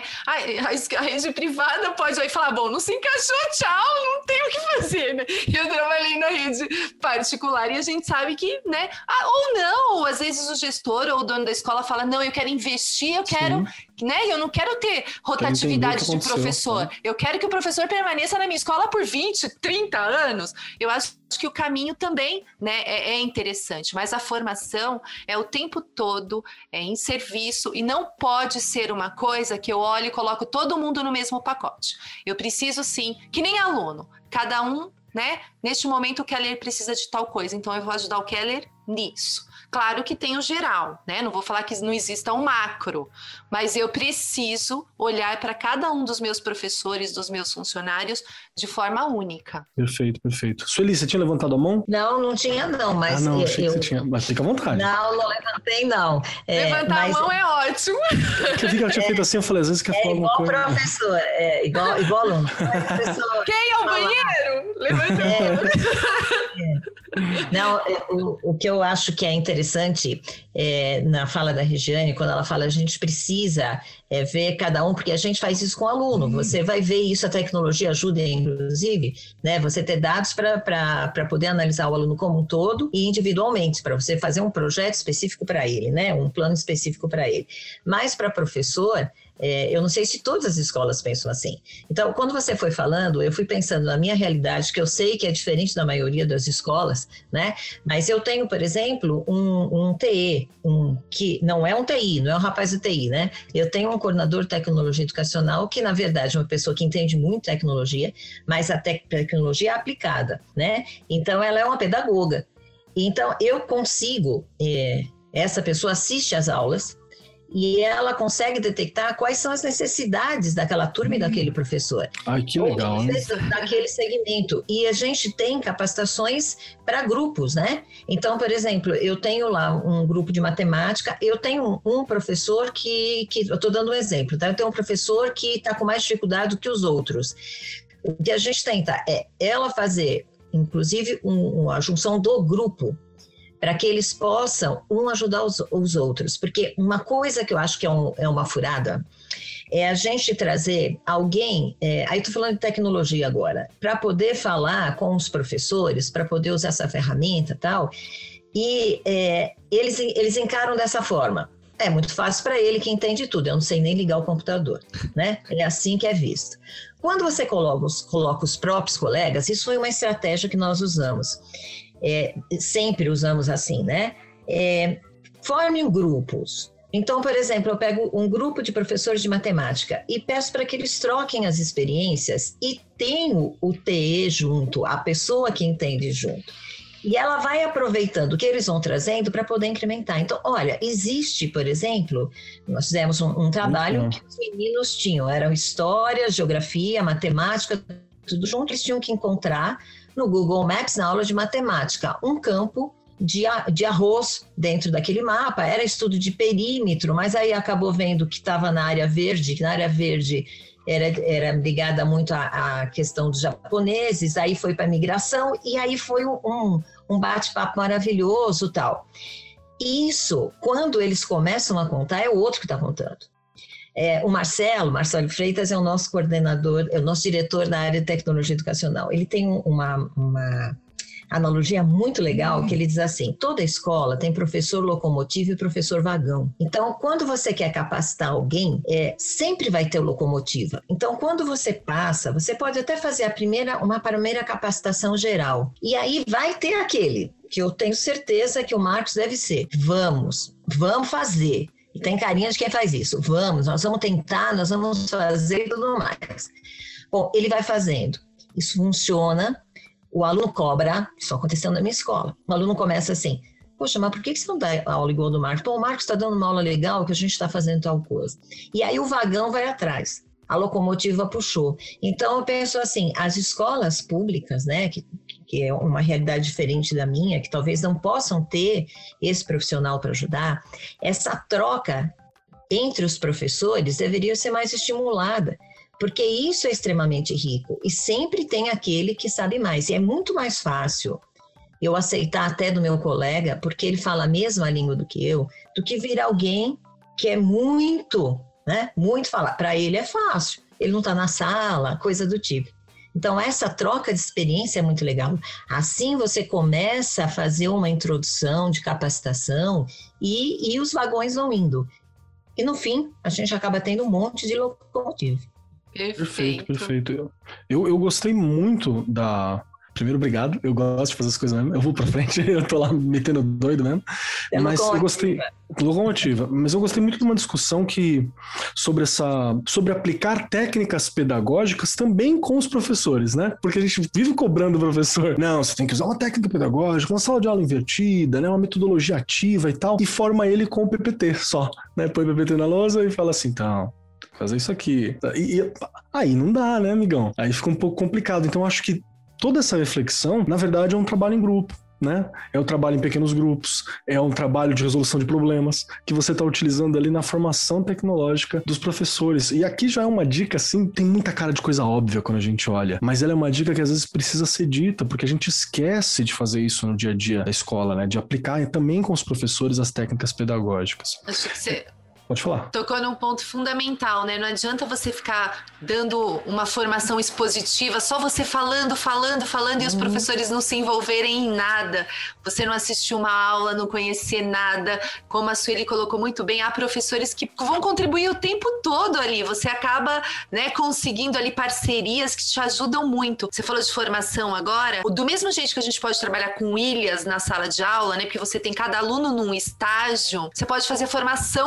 A rede privada pode aí falar, bom, não se encaixou, tchau, não tem o que fazer, né? Eu trabalhei na rede particular e a gente sabe que, né? Ou não, ou às vezes o gestor ou o dono da escola fala, não, eu quero investir, eu quero... Né? Eu não quero ter rotatividade de professor. Né? Eu quero que o professor permaneça na minha escola por 20, 30 anos. Eu acho que o caminho também, né, é interessante, mas a formação é o tempo todo em serviço e não pode ser uma coisa que eu olho e coloco todo mundo no mesmo pacote. Eu preciso sim, que nem aluno, cada um, né? Neste momento o Keller precisa de tal coisa, então eu vou ajudar o Keller nisso. Claro que tem o geral, né? Não vou falar que não exista um macro, mas eu preciso olhar para cada um dos meus professores, dos meus funcionários, de forma única. Perfeito, perfeito. Sueli, você tinha levantado a mão? Não tinha não, mas... não, achei que você tinha, mas fica à vontade. Não levantei não. Levantar a mão é ótimo. Eu vi que ela tinha feito assim, eu falei, às vezes quer falar alguma coisa. Professor, igual aluno. Professor, quem é o banheiro? Levanta a mão. Não, o que eu acho que é interessante na fala da Regiane, quando ela fala a gente precisa ver cada um, porque a gente faz isso com o aluno, você vai ver isso, a tecnologia ajuda inclusive, né, você ter dados para poder analisar o aluno como um todo e individualmente, para você fazer um projeto específico para ele, né, um plano específico para ele. Mas para professor, eu não sei se todas as escolas pensam assim. Então, quando você foi falando, eu fui pensando na minha realidade, que eu sei que é diferente da maioria das escolas, né? Mas eu tenho, por exemplo, um TE, que não é um TI, não é um rapaz do TI, né? Eu tenho um coordenador de tecnologia educacional, que na verdade é uma pessoa que entende muito tecnologia, mas a tecnologia é aplicada, né? Então, ela é uma pedagoga. Então, eu consigo, essa pessoa assiste às aulas, e ela consegue detectar quais são as necessidades daquela turma e daquele professor. Ai, que legal, hein? Daquele segmento. E a gente tem capacitações para grupos, né? Então, por exemplo, eu tenho lá um grupo de matemática, eu tenho um professor que eu estou dando um exemplo, tá? Eu tenho um professor que está com mais dificuldade do que os outros. O que a gente tenta é ela fazer, inclusive, a junção do grupo, para que eles possam ajudar os outros. Porque uma coisa que eu acho que é uma furada é a gente trazer alguém, aí estou falando de tecnologia agora, para poder falar com os professores, para poder usar essa ferramenta e tal, e eles encaram dessa forma. É muito fácil para ele que entende tudo, eu não sei nem ligar o computador, né? É assim que é visto. Quando você coloca os próprios colegas, isso foi uma estratégia que nós usamos. Sempre usamos assim, né? Formem grupos. Então, por exemplo, eu pego um grupo de professores de matemática e peço para que eles troquem as experiências e tenho o TE junto, a pessoa que entende junto. E ela vai aproveitando o que eles vão trazendo para poder incrementar. Então, olha, existe, por exemplo, nós fizemos um trabalho que os meninos tinham, eram história, geografia, matemática, tudo junto, eles tinham que encontrar no Google Maps, na aula de matemática, um campo de arroz dentro daquele mapa, era estudo de perímetro, mas aí acabou vendo que estava na área verde, que na área verde era ligada muito à questão dos japoneses, aí foi para a migração, e aí foi um bate-papo maravilhoso tal. Isso, quando eles começam a contar, é o outro que está contando. O Marcelo Freitas é o nosso coordenador, é o nosso diretor na área de tecnologia educacional. Ele tem uma analogia muito legal, que ele diz assim, toda escola tem professor locomotivo e professor vagão. Então, quando você quer capacitar alguém, sempre vai ter o locomotiva. Então, quando você passa, você pode até fazer uma primeira capacitação geral. E aí vai ter aquele, que eu tenho certeza que o Marcos deve ser. Vamos fazer. E tem carinha de quem faz isso. Nós vamos tentar, nós vamos fazer e tudo mais. Bom, ele vai fazendo. Isso funciona. O aluno cobra, isso aconteceu na minha escola. O aluno começa assim, poxa, mas por que você não dá aula igual do Marcos? Pô, o Marcos está dando uma aula legal que a gente está fazendo tal coisa. E aí o vagão vai atrás, a locomotiva puxou. Então eu penso assim, as escolas públicas, né, que é uma realidade diferente da minha, que talvez não possam ter esse profissional para ajudar, essa troca entre os professores deveria ser mais estimulada. Porque isso é extremamente rico e sempre tem aquele que sabe mais. E é muito mais fácil eu aceitar até do meu colega, porque ele fala a mesma língua do que eu, do que vir alguém que é muito, né? Muito falar. Para ele é fácil, ele não está na sala, coisa do tipo. Então, essa troca de experiência é muito legal. Assim você começa a fazer uma introdução de capacitação e os vagões vão indo. E no fim, a gente acaba tendo um monte de locomotiva. Perfeito. Eu gostei muito da... Primeiro, obrigado. Eu gosto de fazer as coisas mesmo. Eu vou pra frente, eu tô lá metendo doido mesmo. Mas eu gostei... Locomotiva. Mas eu gostei muito de uma discussão sobre aplicar técnicas pedagógicas também com os professores, né? Porque a gente vive cobrando o professor. Não, você tem que usar uma técnica pedagógica, uma sala de aula invertida, né? Uma metodologia ativa e tal. E forma ele com o PPT só, né? Põe o PPT na lousa e fala assim, então... fazer isso aqui. E aí não dá, né, amigão? Aí fica um pouco complicado. Então, acho que toda essa reflexão, na verdade, é um trabalho em grupo, né? É um trabalho em pequenos grupos, é um trabalho de resolução de problemas que você está utilizando ali na formação tecnológica dos professores. E aqui já é uma dica, assim, tem muita cara de coisa óbvia quando a gente olha, mas ela é uma dica que às vezes precisa ser dita, porque a gente esquece de fazer isso no dia a dia da escola, né? De aplicar também com os professores as técnicas pedagógicas. Acho que você... Pode falar. Tocou num ponto fundamental, né? Não adianta você ficar dando uma formação expositiva, só você falando e os professores não se envolverem em nada. Você não assistir uma aula, não conhecer nada. Como a Sueli colocou muito bem, há professores que vão contribuir o tempo todo ali. Você acaba, né, conseguindo ali parcerias que te ajudam muito. Você falou de formação agora. Do mesmo jeito que a gente pode trabalhar com ilhas na sala de aula, né? Porque você tem cada aluno num estágio, você pode fazer formação com os professores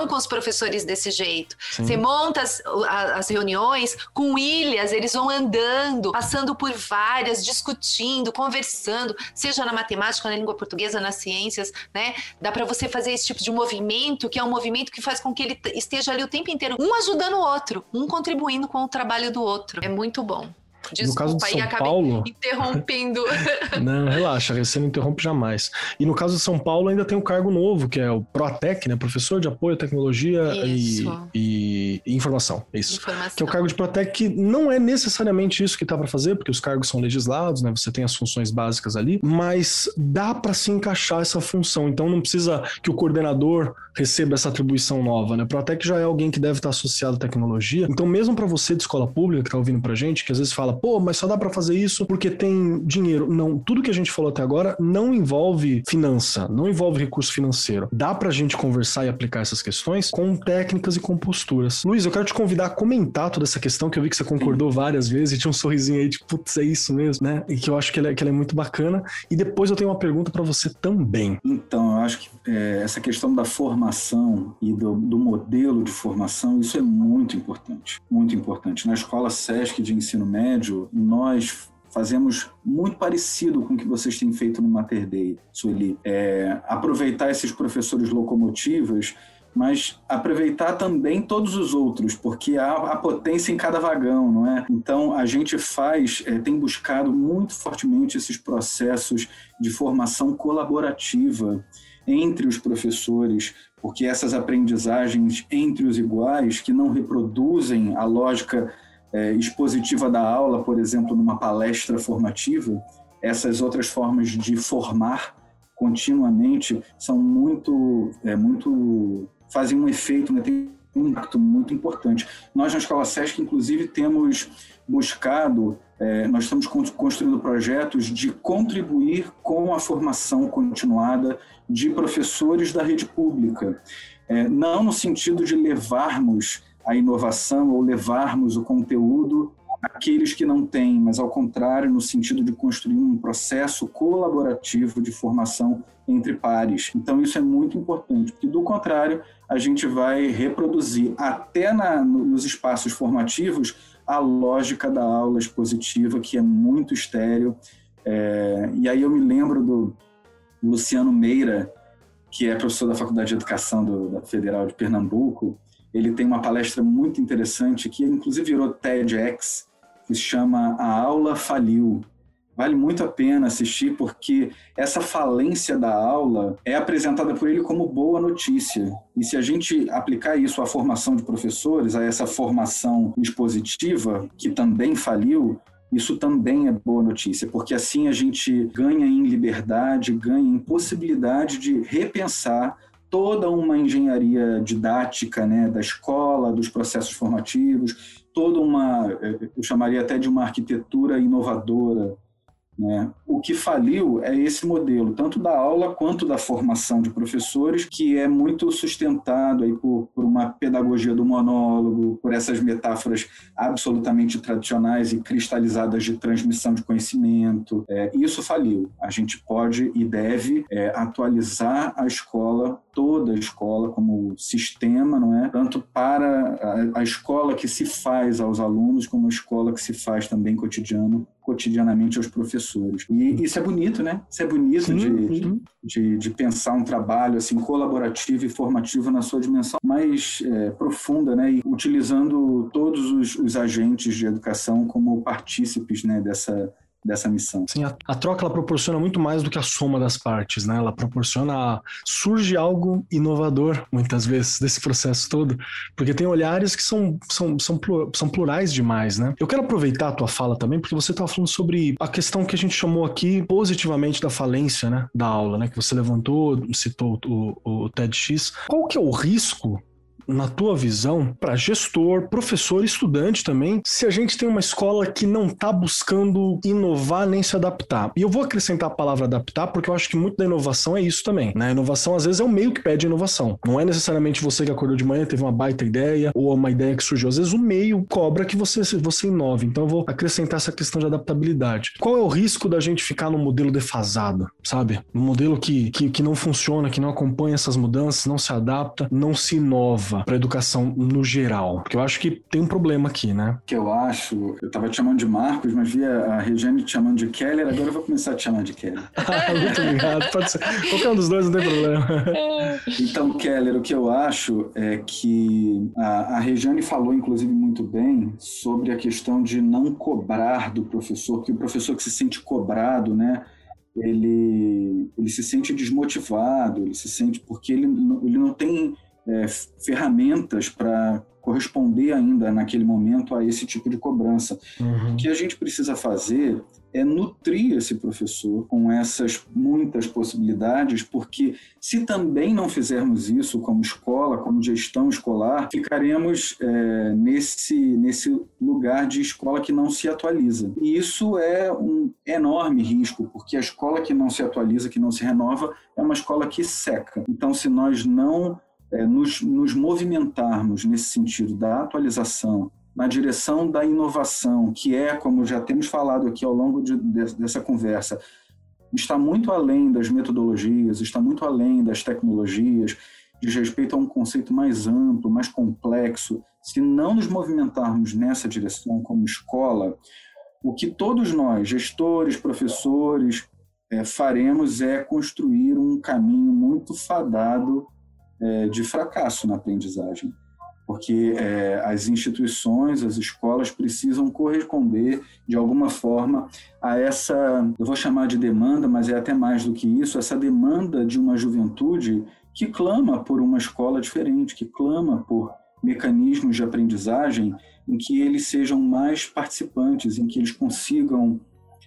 professores desse jeito. Sim. Você monta as reuniões com ilhas, eles vão andando, passando por várias, discutindo, conversando, seja na matemática, na língua portuguesa, nas ciências, né? Dá para você fazer esse tipo de movimento, que é um movimento que faz com que ele esteja ali o tempo inteiro, um ajudando o outro, um contribuindo com o trabalho do outro. É muito bom. Desculpa, no caso de São acabei Paulo... interrompendo. Não, relaxa, você não interrompe jamais. E no caso de São Paulo ainda tem um cargo novo, que é o PROTEC, né? Professor de Apoio à Tecnologia e Informação. Isso. Que é o cargo de PROTEC, que não é necessariamente isso que tá para fazer, porque os cargos são legislados, né? Você tem as funções básicas ali, mas dá para se encaixar essa função. Então não precisa que o coordenador receba essa atribuição nova, né? PROTEC já é alguém que deve estar associado à tecnologia. Então mesmo para você de escola pública que tá ouvindo pra gente, que às vezes fala, pô, mas só dá para fazer isso porque tem dinheiro. Não, tudo que a gente falou até agora não envolve finança, não envolve recurso financeiro. Dá pra gente conversar e aplicar essas questões com técnicas e com posturas. Luiz, eu quero te convidar a comentar toda essa questão, que eu vi que você concordou várias vezes e tinha um sorrisinho aí de, putz, é isso mesmo, né? E que eu acho que ela é muito bacana. E depois eu tenho uma pergunta para você também. Então, eu acho que essa questão da formação e do modelo de formação, isso é muito importante. Muito importante. Na escola SESC de ensino médio, nós fazemos muito parecido com o que vocês têm feito no Mater Dei, Sueli. Aproveitar esses professores locomotivas, mas aproveitar também todos os outros, porque há potência em cada vagão, não é? Então, a gente tem buscado muito fortemente esses processos de formação colaborativa entre os professores, porque essas aprendizagens entre os iguais, que não reproduzem a lógica expositiva da aula, por exemplo, numa palestra formativa, essas outras formas de formar continuamente são fazem um efeito, né? Tem um impacto muito importante. Nós na Escola SESC, inclusive, temos buscado, nós estamos construindo projetos de contribuir com a formação continuada de professores da rede pública, não no sentido de levarmos a inovação ou levarmos o conteúdo àqueles que não têm, mas ao contrário, no sentido de construir um processo colaborativo de formação entre pares. Então isso é muito importante, porque do contrário, a gente vai reproduzir até nos espaços formativos a lógica da aula expositiva, que é muito estéril. E aí eu me lembro do Luciano Meira, que é professor da Faculdade de Educação da Federal de Pernambuco. Ele tem uma palestra muito interessante que inclusive virou TEDx, que se chama A Aula Faliu. Vale muito a pena assistir, porque essa falência da aula é apresentada por ele como boa notícia. E se a gente aplicar isso à formação de professores, a essa formação expositiva, que também faliu, isso também é boa notícia, porque assim a gente ganha em liberdade, ganha em possibilidade de repensar toda uma engenharia didática, né, da escola, dos processos formativos, eu chamaria até de uma arquitetura inovadora, né? O que faliu é esse modelo, tanto da aula quanto da formação de professores, que é muito sustentado aí por uma pedagogia do monólogo, por essas metáforas absolutamente tradicionais e cristalizadas de transmissão de conhecimento. Isso faliu. A gente pode e deve atualizar a escola, toda a escola, como sistema, não é? Tanto para a escola que se faz aos alunos, como a escola que se faz também cotidianamente aos professores. E isso é bonito, né? Isso é bonito de pensar um trabalho assim, colaborativo e formativo na sua dimensão mais profunda, né? E utilizando todos os agentes de educação como partícipes, né, dessa missão. Sim, a troca ela proporciona muito mais do que a soma das partes, né? Ela surge algo inovador, muitas vezes, desse processo todo, porque tem olhares que são plurais demais, né? Eu quero aproveitar a tua fala também, porque você estava falando sobre a questão que a gente chamou aqui positivamente da falência, né, da aula, né? Que você levantou, citou o TEDx. Qual que é o risco, na tua visão, para gestor, professor e estudante também, se a gente tem uma escola que não está buscando inovar nem se adaptar? E eu vou acrescentar a palavra adaptar, porque eu acho que muito da inovação é isso também, né? A inovação, às vezes, é o meio que pede inovação. Não é necessariamente você que acordou de manhã, teve uma baita ideia, ou uma ideia que surgiu. Às vezes, o meio cobra que você inove. Então, eu vou acrescentar essa questão de adaptabilidade. Qual é o risco da gente ficar num modelo defasado, sabe? Um modelo que não funciona, que não acompanha essas mudanças, não se adapta, não se inova. positiva para a educação no geral? Porque eu acho que tem um problema aqui, né? Que eu acho, eu estava te chamando de Marcos, mas vi a Regiane te chamando de Keller, agora eu vou começar a te chamar de Keller. Muito obrigado, pode ser. Qualquer um dos dois, não tem problema. Então, Keller, o que eu acho é que a Regiane falou, inclusive, muito bem sobre a questão de não cobrar do professor, que o professor que se sente cobrado, né, ele se sente desmotivado, ele se sente porque ele não tem ferramentas para corresponder ainda naquele momento a esse tipo de cobrança. Uhum. O que a gente precisa fazer é nutrir esse professor com essas muitas possibilidades, porque se também não fizermos isso como escola, como gestão escolar, ficaremos nesse lugar de escola que não se atualiza. E isso é um enorme risco, porque a escola que não se atualiza, que não se renova, é uma escola que seca. Então, se nós não nos movimentarmos nesse sentido da atualização, na direção da inovação, que como já temos falado aqui ao longo dessa conversa, está muito além das metodologias, está muito além das tecnologias, diz respeito a um conceito mais amplo, mais complexo. Se não nos movimentarmos nessa direção como escola, o que todos nós, gestores, professores, faremos é construir um caminho muito fadado de fracasso na aprendizagem. Porque as instituições, as escolas precisam corresponder de alguma forma a essa, eu vou chamar de demanda, mas é até mais do que isso, essa demanda de uma juventude que clama por uma escola diferente, que clama por mecanismos de aprendizagem em que eles sejam mais participantes, em que eles consigam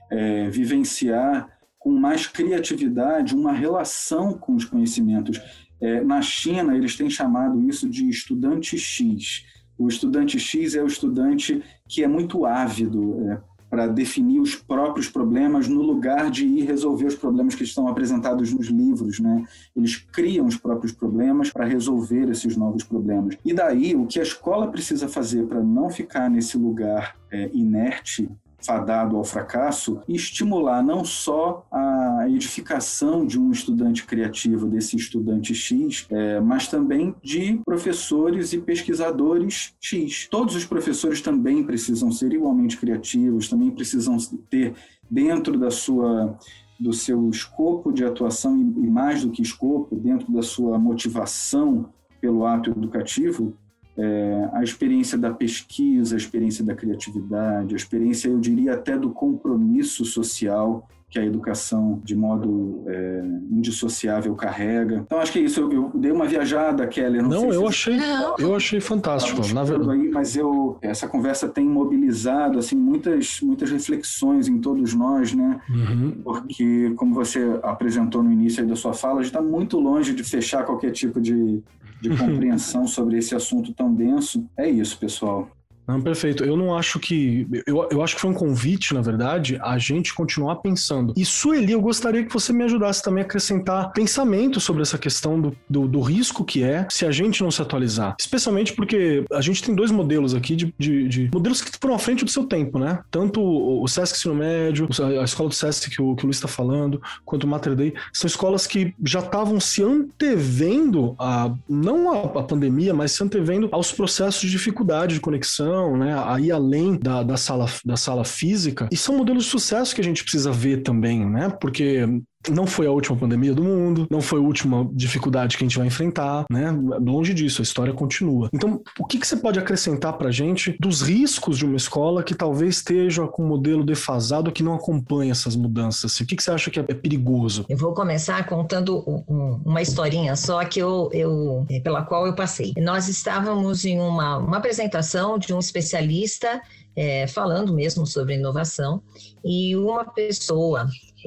vivenciar com mais criatividade uma relação com os conhecimentos. Na China, eles têm chamado isso de estudante X. O estudante X é o estudante que é muito ávido para definir os próprios problemas no lugar de ir resolver os problemas que estão apresentados nos livros, né? Eles criam os próprios problemas para resolver esses novos problemas. E daí, o que a escola precisa fazer para não ficar nesse lugar inerte, fadado ao fracasso, e estimular não só a edificação de um estudante criativo, desse estudante X, mas também de professores e pesquisadores X. Todos os professores também precisam ser igualmente criativos, também precisam ter dentro do seu escopo de atuação, e mais do que escopo, dentro da sua motivação pelo ato educativo, a experiência da pesquisa, a experiência da criatividade, a experiência, eu diria, até do compromisso social que a educação, de modo indissociável, carrega. Então, acho que é isso. Eu dei uma viajada, Keller. Eu achei fantástico. Mas essa conversa tem mobilizado assim, muitas reflexões em todos nós, né? Uhum. Porque, como você apresentou no início aí da sua fala, a gente está muito longe de fechar qualquer tipo de compreensão sobre esse assunto tão denso. É isso, pessoal. Não, perfeito. Eu não acho que... Eu acho que foi um convite, na verdade, a gente continuar pensando. E, Sueli, eu gostaria que você me ajudasse também a acrescentar pensamento sobre essa questão do risco que é se a gente não se atualizar. Especialmente porque a gente tem dois modelos aqui de modelos que foram à frente do seu tempo, né? Tanto o Sesc Ensino Médio, a escola do Sesc que o Luiz está falando, quanto o Mater Dei, são escolas que já estavam se antevendo não a pandemia, mas se antevendo aos processos de dificuldade de conexão, né, aí além da sala física, e são modelos de sucesso que a gente precisa ver também, né, porque não foi a última pandemia do mundo, não foi a última dificuldade que a gente vai enfrentar, né? Longe disso, a história continua. Então, o que você pode acrescentar pra gente dos riscos de uma escola que talvez esteja com um modelo defasado que não acompanha essas mudanças? O que você acha que é perigoso? Eu vou começar contando uma historinha só que pela qual eu passei. Nós estávamos em uma apresentação de um especialista falando mesmo sobre inovação, e uma pessoa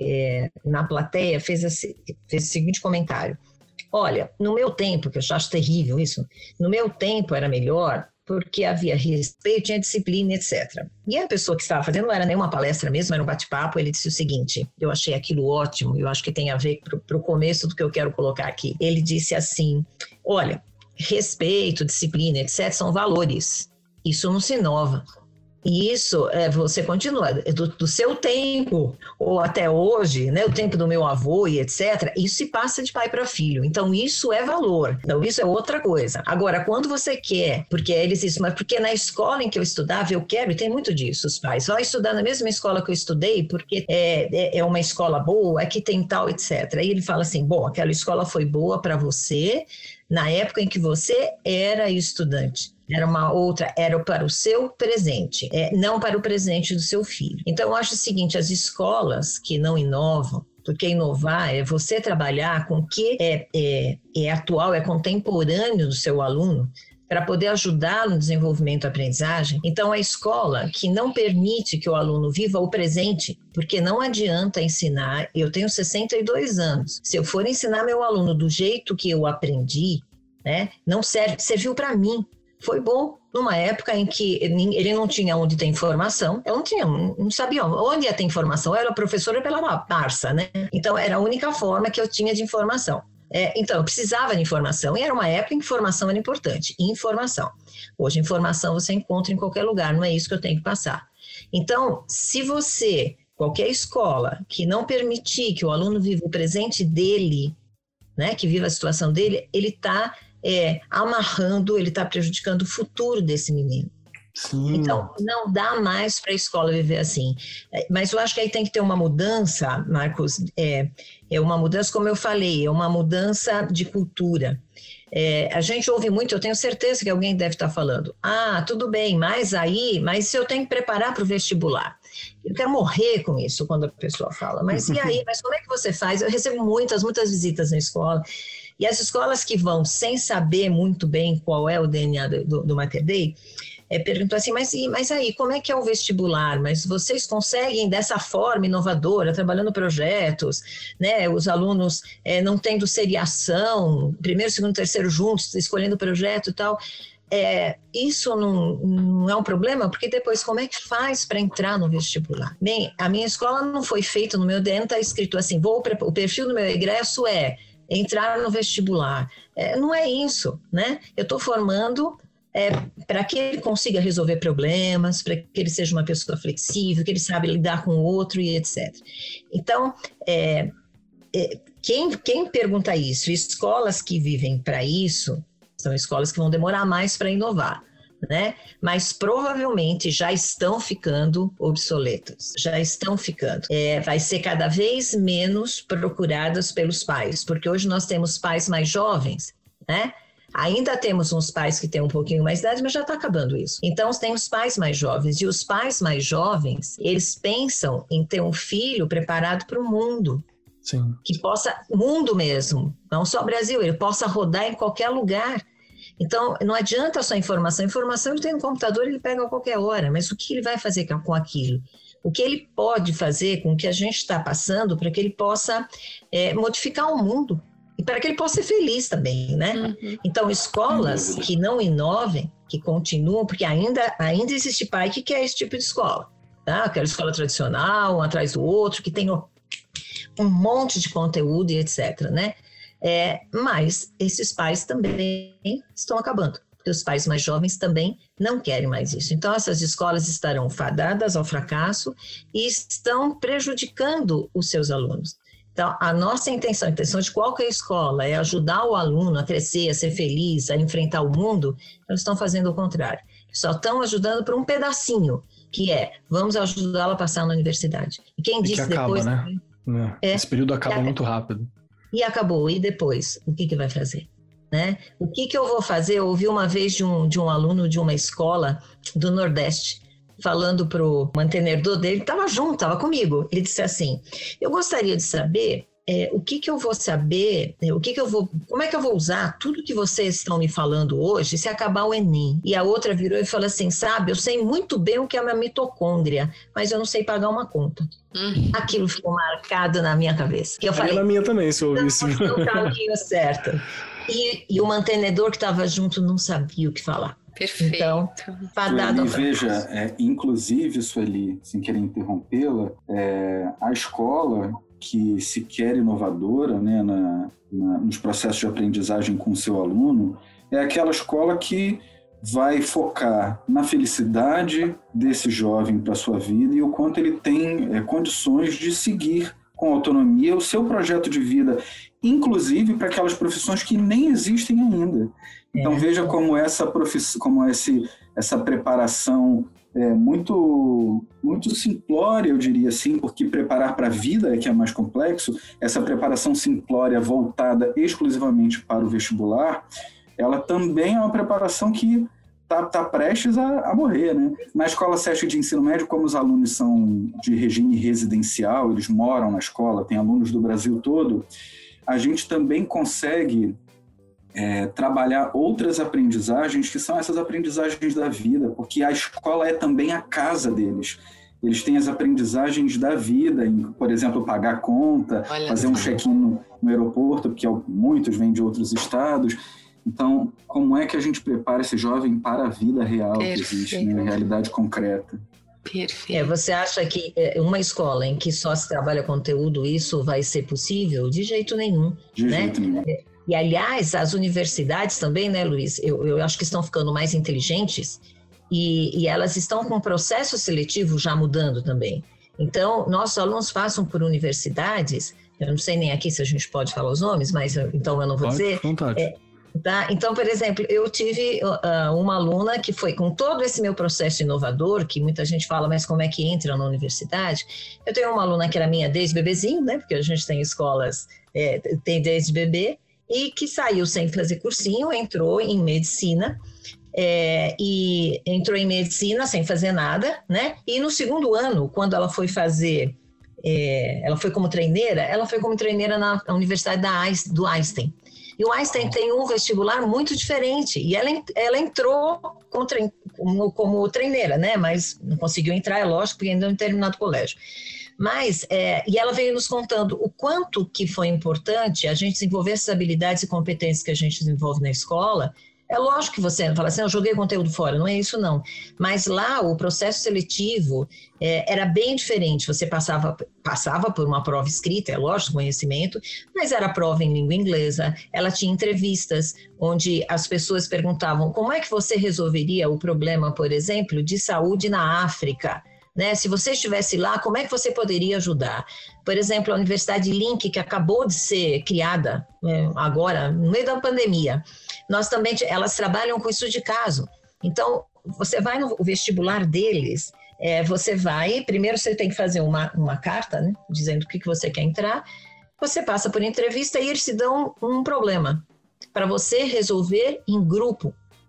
na plateia fez o seguinte comentário: olha, no meu tempo, que eu já acho terrível isso, no meu tempo era melhor porque havia respeito, tinha disciplina, etc. E a pessoa que estava fazendo não era nenhuma palestra mesmo, era um bate-papo. Ele disse o seguinte, eu achei aquilo ótimo, eu acho que tem a ver para o começo do que eu quero colocar aqui. Ele disse assim: olha, respeito, disciplina, etc. são valores, isso não se inova. E isso, você continua, do seu tempo, ou até hoje, né, o tempo do meu avô e etc., isso se passa de pai para filho. Então, isso é valor. Então, isso é outra coisa. Agora, quando você quer, porque eles dizem, mas porque na escola em que eu estudava, eu quero, e tem muito disso, os pais, vão estudar na mesma escola que eu estudei, porque é uma escola boa, é que tem tal, etc. Aí ele fala assim, bom, aquela escola foi boa para você na época em que você era estudante. Era uma outra, era para o seu presente, não para o presente do seu filho. Então, eu acho o seguinte, as escolas que não inovam, porque inovar é você trabalhar com o que é atual, é contemporâneo do seu aluno, para poder ajudá-lo no desenvolvimento e aprendizagem. Então, a escola que não permite que o aluno viva o presente, porque não adianta ensinar, eu tenho 62 anos, se eu for ensinar meu aluno do jeito que eu aprendi, né, não serve, serviu para mim. Foi bom numa época em que ele não tinha onde ter informação, eu não sabia onde ia ter informação, eu era professora pela parça, né? Então era a única forma que eu tinha de informação. Então eu precisava de informação e era uma época em que informação era importante, informação. Hoje informação você encontra em qualquer lugar, não é isso que eu tenho que passar. Então, se qualquer escola que não permitir que o aluno viva o presente dele, né, que viva a situação dele, ele está amarrando, ele está prejudicando o futuro desse menino. Sim. Então, não dá mais para a escola viver assim. Mas eu acho que aí tem que ter uma mudança, Marcos, é uma mudança, como eu falei, é uma mudança de cultura. A gente ouve muito, eu tenho certeza que alguém deve estar falando, tudo bem, mas se eu tenho que preparar para o vestibular. Eu quero morrer com isso quando a pessoa fala, mas e aí, mas como é que você faz? Eu recebo muitas visitas na escola, e as escolas que vão sem saber muito bem qual é o DNA do Mater Dei, perguntam assim, mas aí, como é que é o vestibular? Mas vocês conseguem dessa forma inovadora, trabalhando projetos, né? Os alunos não tendo seriação, primeiro, segundo, terceiro juntos, escolhendo projeto e tal. Isso não é um problema, porque depois como é que faz para entrar no vestibular? Bem, a minha escola não foi feita, no meu DNA está escrito assim, o perfil do meu egresso é entrar no vestibular. Não é isso, né? Eu estou formando para que ele consiga resolver problemas, para que ele seja uma pessoa flexível, que ele sabe lidar com o outro e etc. Então, quem pergunta isso? Escolas que vivem para isso são escolas que vão demorar mais para inovar, né? Mas provavelmente já estão ficando obsoletas, já estão ficando. Vai ser cada vez menos procuradas pelos pais, porque hoje nós temos pais mais jovens, né? Ainda temos uns pais que têm um pouquinho mais de idade, mas já está acabando isso. Então, tem os pais mais jovens, e os pais mais jovens, eles pensam em ter um filho preparado para o mundo. Sim. Que possa, mundo mesmo, não só Brasil, ele possa rodar em qualquer lugar. Então, não adianta só informação ele tem no computador, ele pega a qualquer hora, mas o que ele vai fazer com aquilo? O que ele pode fazer com o que a gente está passando para que ele possa modificar o mundo? E para que ele possa ser feliz também, né? Uhum. Então, escolas que não inovem, que continuam, porque ainda existe pai que quer esse tipo de escola, tá? Aquela escola tradicional, um atrás do outro, que tem um monte de conteúdo e etc, né? Mas esses pais também estão acabando, porque os pais mais jovens também não querem mais isso. Então, essas escolas estarão fadadas ao fracasso e estão prejudicando os seus alunos. Então, a nossa intenção, a intenção de qualquer escola é ajudar o aluno a crescer, a ser feliz, a enfrentar o mundo. Eles estão fazendo o contrário. Só estão ajudando por um pedacinho, que vamos ajudá-lo a passar na universidade. E quem disse que acaba, depois... né? Esse período acaba muito rápido. E acabou. E depois? O que vai fazer? Né? O que eu vou fazer? Eu ouvi uma vez de um aluno de uma escola do Nordeste, falando para o mantenedor dele, estava junto, estava comigo. Ele disse assim, eu gostaria de saber o que eu vou saber, como é que eu vou usar tudo que vocês estão me falando hoje se acabar o Enem. E a outra virou e falou assim, sabe, eu sei muito bem o que é uma mitocôndria, mas eu não sei pagar uma conta. Aquilo ficou marcado na minha cabeça. Que eu falei, na minha também, se eu ouvisse. Não está o caminho certo. E o mantenedor que estava junto não sabia o que falar. Perfeito. Então, fadado. Veja, inclusive, Sueli, sem querer interrompê-la, a escola que se quer inovadora, né, nos processos de aprendizagem com o seu aluno, é aquela escola que vai focar na felicidade desse jovem para a sua vida e o quanto ele tem condições de seguir com autonomia o seu projeto de vida, inclusive para aquelas profissões que nem existem ainda. Então veja como essa preparação muito simplória, eu diria assim, porque preparar para a vida é que é mais complexo. Essa preparação simplória voltada exclusivamente para o vestibular, ela também é uma preparação que está prestes a morrer, né? Na Escola SESC de Ensino Médio, como os alunos são de regime residencial, eles moram na escola, tem alunos do Brasil todo, a gente também consegue trabalhar outras aprendizagens que são essas aprendizagens da vida, porque a escola é também a casa deles. Eles têm as aprendizagens da vida, por exemplo, pagar conta, fazer um check-in no aeroporto, porque muitos vêm de outros estados. Então, como é que a gente prepara esse jovem para a vida real que existe, né? A realidade concreta? Perfeito. Você acha que uma escola em que só se trabalha conteúdo, isso vai ser possível? De jeito nenhum. De jeito nenhum. E, aliás, as universidades também, né, Luiz? Eu acho que estão ficando mais inteligentes e elas estão com o processo seletivo já mudando também. Então, nossos alunos passam por universidades, eu não sei nem aqui se a gente pode falar os nomes, mas então eu não vou dizer. Tá? Então, por exemplo, eu tive uma aluna que foi com todo esse meu processo inovador, que muita gente fala, mas como é que entra na universidade? Eu tenho uma aluna que era minha desde bebezinho, né? Porque a gente tem escolas, tem desde bebê, e que saiu sem fazer cursinho, entrou em medicina, e entrou em medicina sem fazer nada, né? E no segundo ano, quando ela foi fazer, ela foi como treineira na Universidade do Einstein. E o Einstein tem um vestibular muito diferente, e ela entrou como treineira, né? Mas não conseguiu entrar, é lógico, porque ainda não tinha terminado o colégio. Mas, e ela veio nos contando o quanto que foi importante a gente desenvolver essas habilidades e competências que a gente desenvolve na escola. É lógico que você fala assim, eu joguei conteúdo fora, não é isso não. Mas lá o processo seletivo era bem diferente. Você passava por uma prova escrita, é lógico, conhecimento, mas era prova em língua inglesa. Ela tinha entrevistas onde as pessoas perguntavam como é que você resolveria o problema, por exemplo, de saúde na África. Né? Se você estivesse lá, como é que você poderia ajudar? Por exemplo, a Universidade Link, que acabou de ser criada agora, no meio da pandemia, elas trabalham com estudo de caso. Então, você vai no vestibular deles, primeiro você tem que fazer uma carta, né, dizendo o que você quer entrar, você passa por entrevista e eles te dão um problema para você resolver em grupo.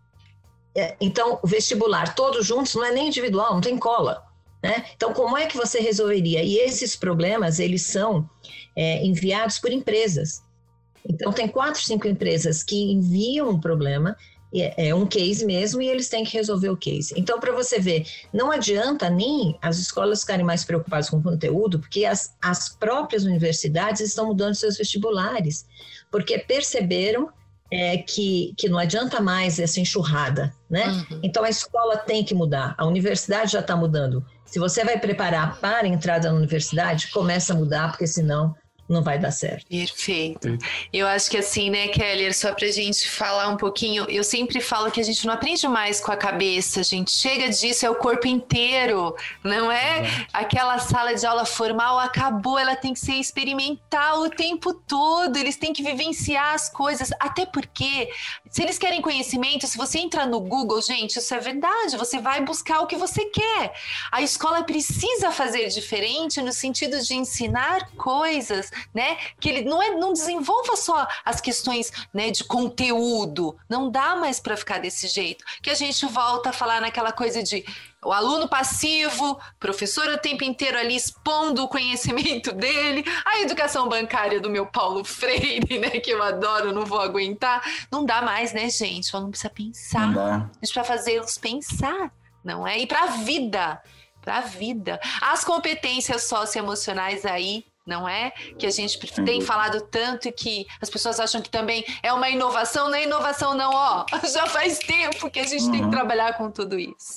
Então, o vestibular, todos juntos, não é nem individual, não tem cola. Né? Então, como é que você resolveria? E esses problemas, eles são enviados por empresas. Então, tem 4, 5 empresas que enviam um problema, um case mesmo, e eles têm que resolver o case. Então, para você ver, não adianta nem as escolas ficarem mais preocupadas com o conteúdo, porque as próprias universidades estão mudando seus vestibulares, porque perceberam que não adianta mais essa enxurrada, né? Uhum. Então, a escola tem que mudar, a universidade já está mudando. Se você vai preparar para a entrada na universidade, começa a mudar, porque senão não vai dar certo. Perfeito. Eu acho que assim, né, Keller, só pra gente falar um pouquinho, eu sempre falo que a gente não aprende mais com a cabeça, a gente chega disso, é o corpo inteiro, não é? Aquela sala de aula formal acabou, ela tem que ser experimental o tempo todo, eles têm que vivenciar as coisas, até porque, se eles querem conhecimento, se você entrar no Google, gente, isso é verdade, você vai buscar o que você quer. A escola precisa fazer diferente no sentido de ensinar coisas, né, que ele não desenvolva só as questões, né, de conteúdo, não dá mais para ficar desse jeito, que a gente volta a falar naquela coisa de o aluno passivo, professor o tempo inteiro ali expondo o conhecimento dele, a educação bancária do meu Paulo Freire, né, que eu adoro, não vou aguentar, não dá mais, né, gente, o aluno precisa pensar, a gente precisa fazê-los pensar, não é? E para a vida, as competências socioemocionais aí, não é? Que a gente tem falado tanto e que as pessoas acham que também é uma inovação. Não é inovação não, já faz tempo que a gente tem que trabalhar com tudo isso.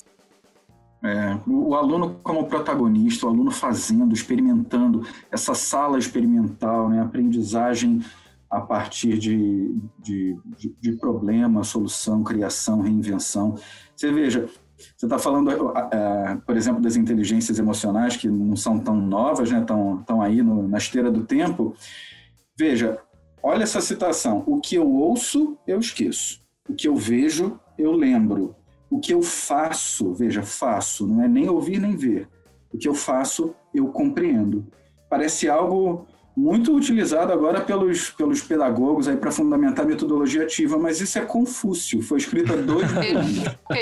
O aluno como protagonista, o aluno fazendo, experimentando, essa sala experimental, né? Aprendizagem a partir de problema, solução, criação, reinvenção. Você veja, você está falando, por exemplo, das inteligências emocionais, que não são tão novas, né? Estão aí na esteira do tempo. Veja, olha essa citação: o que eu ouço, eu esqueço. O que eu vejo, eu lembro. O que eu faço, veja, faço, não é nem ouvir nem ver. O que eu faço, eu compreendo. Parece algo muito utilizado agora pelos pedagogos aí para fundamentar a metodologia ativa, mas isso é Confúcio, foi escrito há 2 mil anos.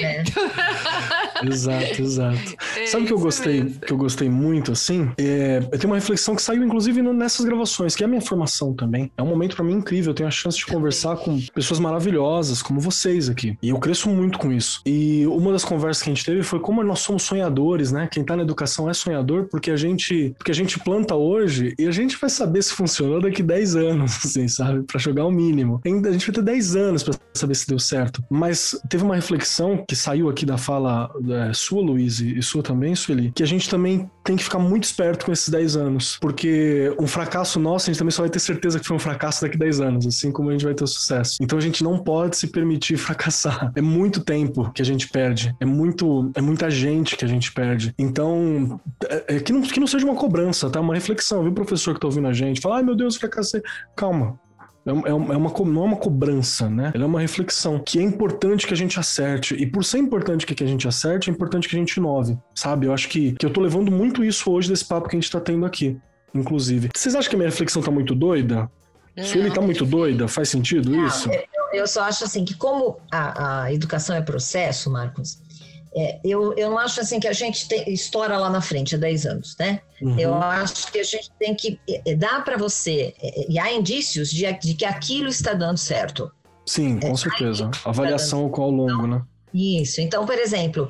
Exato. Sabe o que eu gostei muito, assim? Eu tenho uma reflexão que saiu, inclusive, nessas gravações, que é a minha formação também. É um momento para mim incrível, eu tenho a chance de conversar com pessoas maravilhosas, como vocês aqui. E eu cresço muito com isso. E uma das conversas que a gente teve foi como nós somos sonhadores, né? Quem tá na educação é sonhador, porque a gente planta hoje e a gente vai saber se funcionou daqui 10 anos, assim, sabe? Pra jogar o mínimo. Ainda a gente vai ter 10 anos pra saber se deu certo. Mas teve uma reflexão que saiu aqui da fala sua, Luiz, e sua também, Sueli, que a gente também tem que ficar muito esperto com esses 10 anos. Porque um fracasso nosso, a gente também só vai ter certeza que foi um fracasso daqui 10 anos, assim como a gente vai ter o sucesso. Então a gente não pode se permitir fracassar. É muito tempo que a gente perde. É muita gente que a gente perde. Então, que não seja uma cobrança, tá? Uma reflexão, viu, professor que tá ouvindo a gente? Fala, ai meu Deus, fracassei. Calma. Não é uma cobrança, né? Ela é uma reflexão que é importante que a gente acerte. E por ser importante que a gente acerte, é importante que a gente inove, sabe? Eu acho que eu tô levando muito isso hoje desse papo que a gente tá tendo aqui, inclusive. Vocês acham que a minha reflexão tá muito doida? Sueli tá muito doida? Faz sentido isso? Eu só acho assim que como a educação é processo, Marcos, eu não acho assim que a gente estoura lá na frente há 10 anos, né? Uhum. Eu acho que a gente tem que dar para você, e há indícios de que aquilo está dando certo. Sim, com certeza. Avaliação ao longo, né? Isso. Então, por exemplo,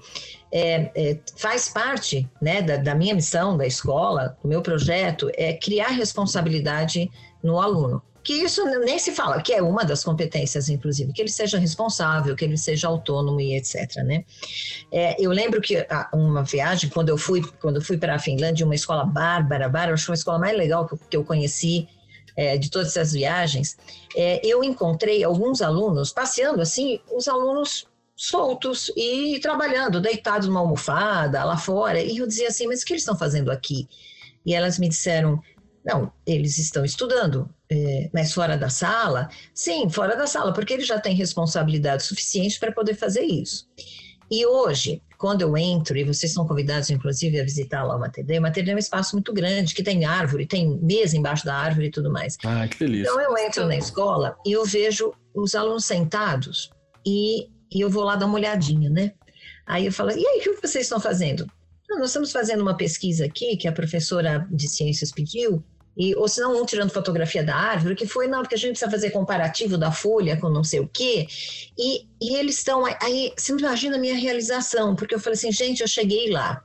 faz parte, né, da minha missão, da escola, do meu projeto, criar responsabilidade no aluno. Que isso nem se fala, que é uma das competências, inclusive, que ele seja responsável, que ele seja autônomo e etc, né? Eu lembro que uma viagem, quando eu fui para a Finlândia, uma escola bárbara, acho que uma escola mais legal que eu conheci de todas essas viagens, eu encontrei alguns alunos passeando assim, os alunos soltos e trabalhando, deitados numa almofada, lá fora, e eu dizia assim, mas o que eles estão fazendo aqui? E elas me disseram, não, eles estão estudando, mas fora da sala? Sim, fora da sala, porque eles já têm responsabilidade suficiente para poder fazer isso. E hoje, quando eu entro, e vocês são convidados, inclusive, a visitar lá o Mater Dei é um espaço muito grande, que tem árvore, tem mesa embaixo da árvore e tudo mais. Ah, que delícia. Então eu entro na escola e eu vejo os alunos sentados e eu vou lá dar uma olhadinha, né? Aí eu falo, e aí, o que vocês estão fazendo? Nós estamos fazendo uma pesquisa aqui, que a professora de ciências pediu, ou se não, tirando fotografia da árvore, que foi, não, porque a gente precisa fazer comparativo da folha com não sei o quê, e eles estão, aí você não imagina a minha realização, porque eu falei assim, gente, eu cheguei lá,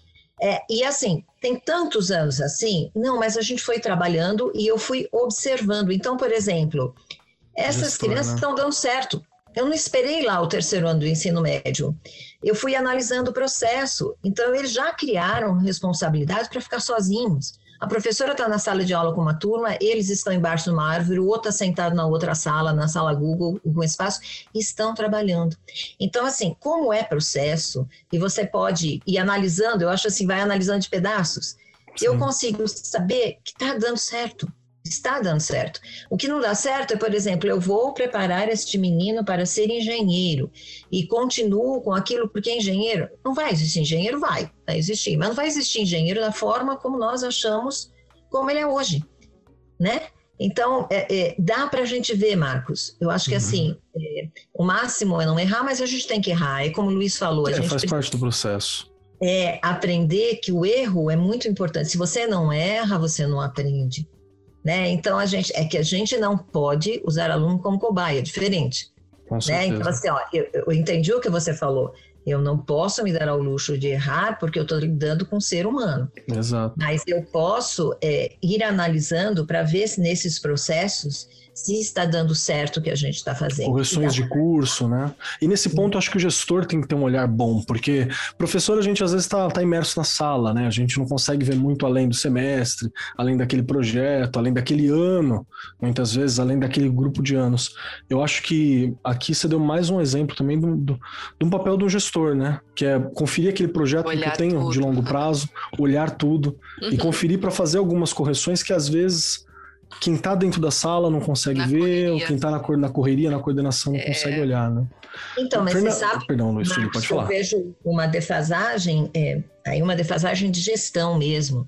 e assim, tem tantos anos assim, não, mas a gente foi trabalhando e eu fui observando, então, por exemplo, essas crianças estão dando certo, eu não esperei lá o 3º ano do ensino médio, eu fui analisando o processo, então eles já criaram responsabilidade para ficar sozinhos. A professora está na sala de aula com uma turma, eles estão embaixo de uma árvore, o outro está sentado na outra sala, na sala Google, com espaço, e estão trabalhando. Então, assim, como é processo, e você pode ir analisando, eu acho assim, vai analisando de pedaços, sim, eu consigo saber que está dando certo. Está dando certo. O que não dá certo é, por exemplo, eu vou preparar este menino para ser engenheiro e continuo com aquilo porque engenheiro, não vai existir engenheiro, vai existir, mas não vai existir engenheiro da forma como nós achamos como ele é hoje, né? Então, dá para a gente ver, Marcos, eu acho que assim, o máximo é não errar, mas a gente tem que errar, é como o Luiz falou. A gente faz parte do processo. Aprender que o erro é muito importante, se você não erra, você não aprende. Né? Então, a gente não pode usar aluno como cobaia, é diferente. Né? Então, assim, eu entendi o que você falou. Eu não posso me dar ao luxo de errar porque eu estou lidando com um ser humano. Exato. Mas eu posso ir analisando para ver se nesses processos se está dando certo o que a gente está fazendo. Correções de curso, né? E nesse ponto, acho que o gestor tem que ter um olhar bom, porque professor, a gente às vezes está imerso na sala, né? A gente não consegue ver muito além do semestre, além daquele projeto, além daquele ano, muitas vezes além daquele grupo de anos. Eu acho que aqui você deu mais um exemplo também de um papel do gestor, né? Que é conferir aquele projeto que eu tenho de longo prazo, olhar tudo e conferir para fazer algumas correções que às vezes quem está dentro da sala não consegue ver, ou quem está na correria, na coordenação, não consegue olhar, né? Então, mas você sabe, perdão, Luiz, pode falar. Eu vejo uma defasagem, aí uma defasagem de gestão mesmo,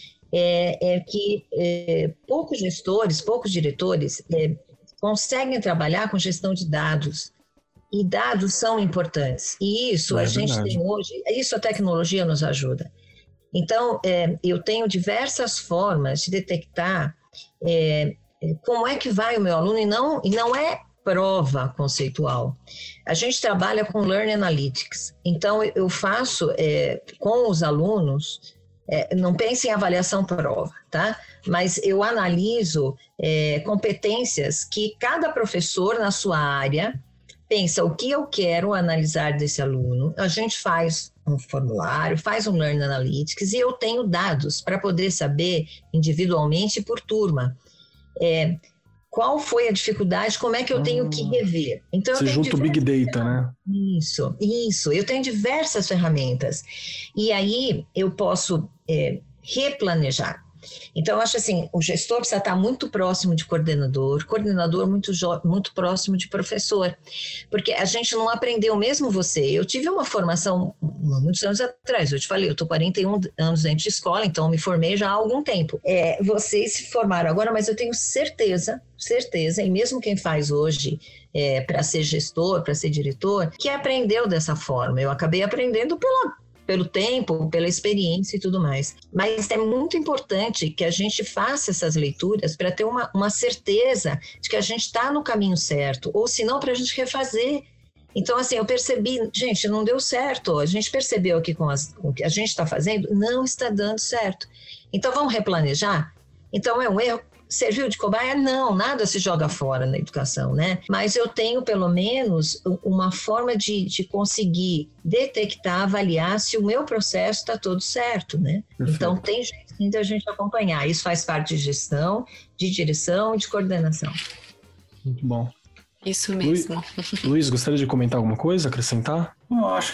que poucos gestores, poucos diretores conseguem trabalhar com gestão de dados. E dados são importantes. E isso a gente tem hoje, isso a tecnologia nos ajuda. Então, eu tenho diversas formas de detectar como é que vai o meu aluno, e não é prova conceitual. A gente trabalha com Learning Analytics. Então, eu faço com os alunos, não pense em avaliação prova, tá? Mas eu analiso competências que cada professor na sua área pensa o que eu quero analisar desse aluno. A gente faz um formulário, faz um Learning Analytics e eu tenho dados para poder saber individualmente por turma qual foi a dificuldade, como é que eu tenho que rever. Então, você junta o Big Data, né? Isso. Eu tenho diversas ferramentas. E aí eu posso replanejar. Então, eu acho assim, o gestor precisa estar muito próximo de coordenador muito próximo de professor, porque a gente não aprendeu, mesmo você. Eu tive uma formação muitos anos atrás, eu te falei, eu estou 41 anos dentro de escola, então eu me formei já há algum tempo. Vocês se formaram agora, mas eu tenho certeza, e mesmo quem faz hoje para ser gestor, para ser diretor, que aprendeu dessa forma. Eu acabei aprendendo pelo tempo, pela experiência e tudo mais. Mas é muito importante que a gente faça essas leituras para ter uma certeza de que a gente está no caminho certo, ou se não, para a gente refazer. Então, assim, eu percebi, gente, não deu certo. A gente percebeu que com o que a gente está fazendo, não está dando certo. Então, vamos replanejar? Então, é um erro. Serviu de cobaia? Não, nada se joga fora na educação, né? Mas eu tenho, pelo menos, uma forma de conseguir detectar, avaliar se o meu processo está todo certo, né? Perfeito. Então, tem jeito da gente acompanhar. Isso faz parte de gestão, de direção e de coordenação. Muito bom. Isso mesmo. Luiz, gostaria de comentar alguma coisa, acrescentar? Eu acho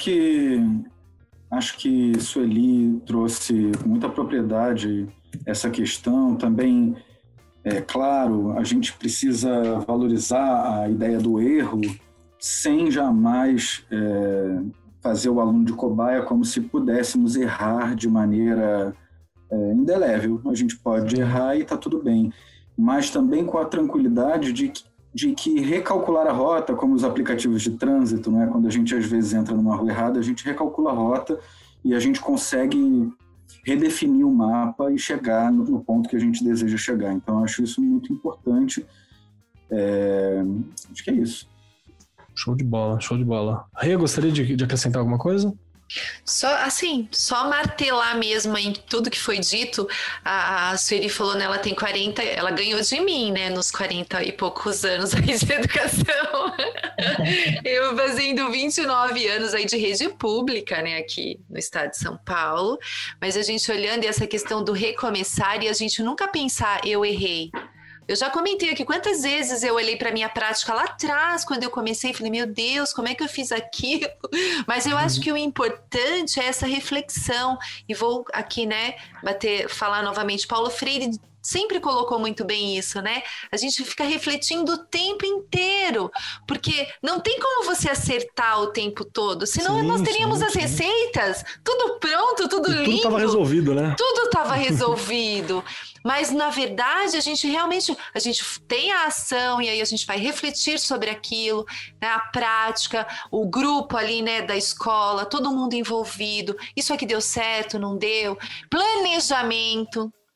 que Sueli trouxe com muita propriedade essa questão. Também, claro, a gente precisa valorizar a ideia do erro sem jamais fazer o aluno de cobaia como se pudéssemos errar de maneira indelével. A gente pode errar e está tudo bem, mas também com a tranquilidade de que recalcular a rota, como os aplicativos de trânsito, né? Quando a gente às vezes entra numa rua errada, a gente recalcula a rota e a gente consegue redefinir o mapa e chegar no ponto que a gente deseja chegar. Então, eu acho isso muito importante. Acho que é isso. Show de bola, show de bola. Rê, gostaria de acrescentar alguma coisa? Só martelar mesmo em tudo que foi dito. A Sueli falou, né, ela tem 40, ela ganhou de mim, né, nos 40 e poucos anos aí de educação. Eu fazendo 29 anos aí de rede pública, né, aqui no estado de São Paulo, mas a gente olhando essa questão do recomeçar e a gente nunca pensar, eu errei. Eu já comentei aqui quantas vezes eu olhei para minha prática lá atrás, quando eu comecei, e falei, meu Deus, como é que eu fiz aquilo? Mas eu acho que o importante é essa reflexão. E vou aqui, né, falar novamente, Paulo Freire sempre colocou muito bem isso, né? A gente fica refletindo o tempo inteiro, porque não tem como você acertar o tempo todo, senão nós teríamos as receitas, tudo pronto, tudo lindo. Tudo estava resolvido, né? Tudo estava resolvido. Mas, na verdade, a gente tem a ação e aí a gente vai refletir sobre aquilo, né? A prática, o grupo ali, né, da escola, todo mundo envolvido. Isso aqui deu certo, não deu? Planejamento.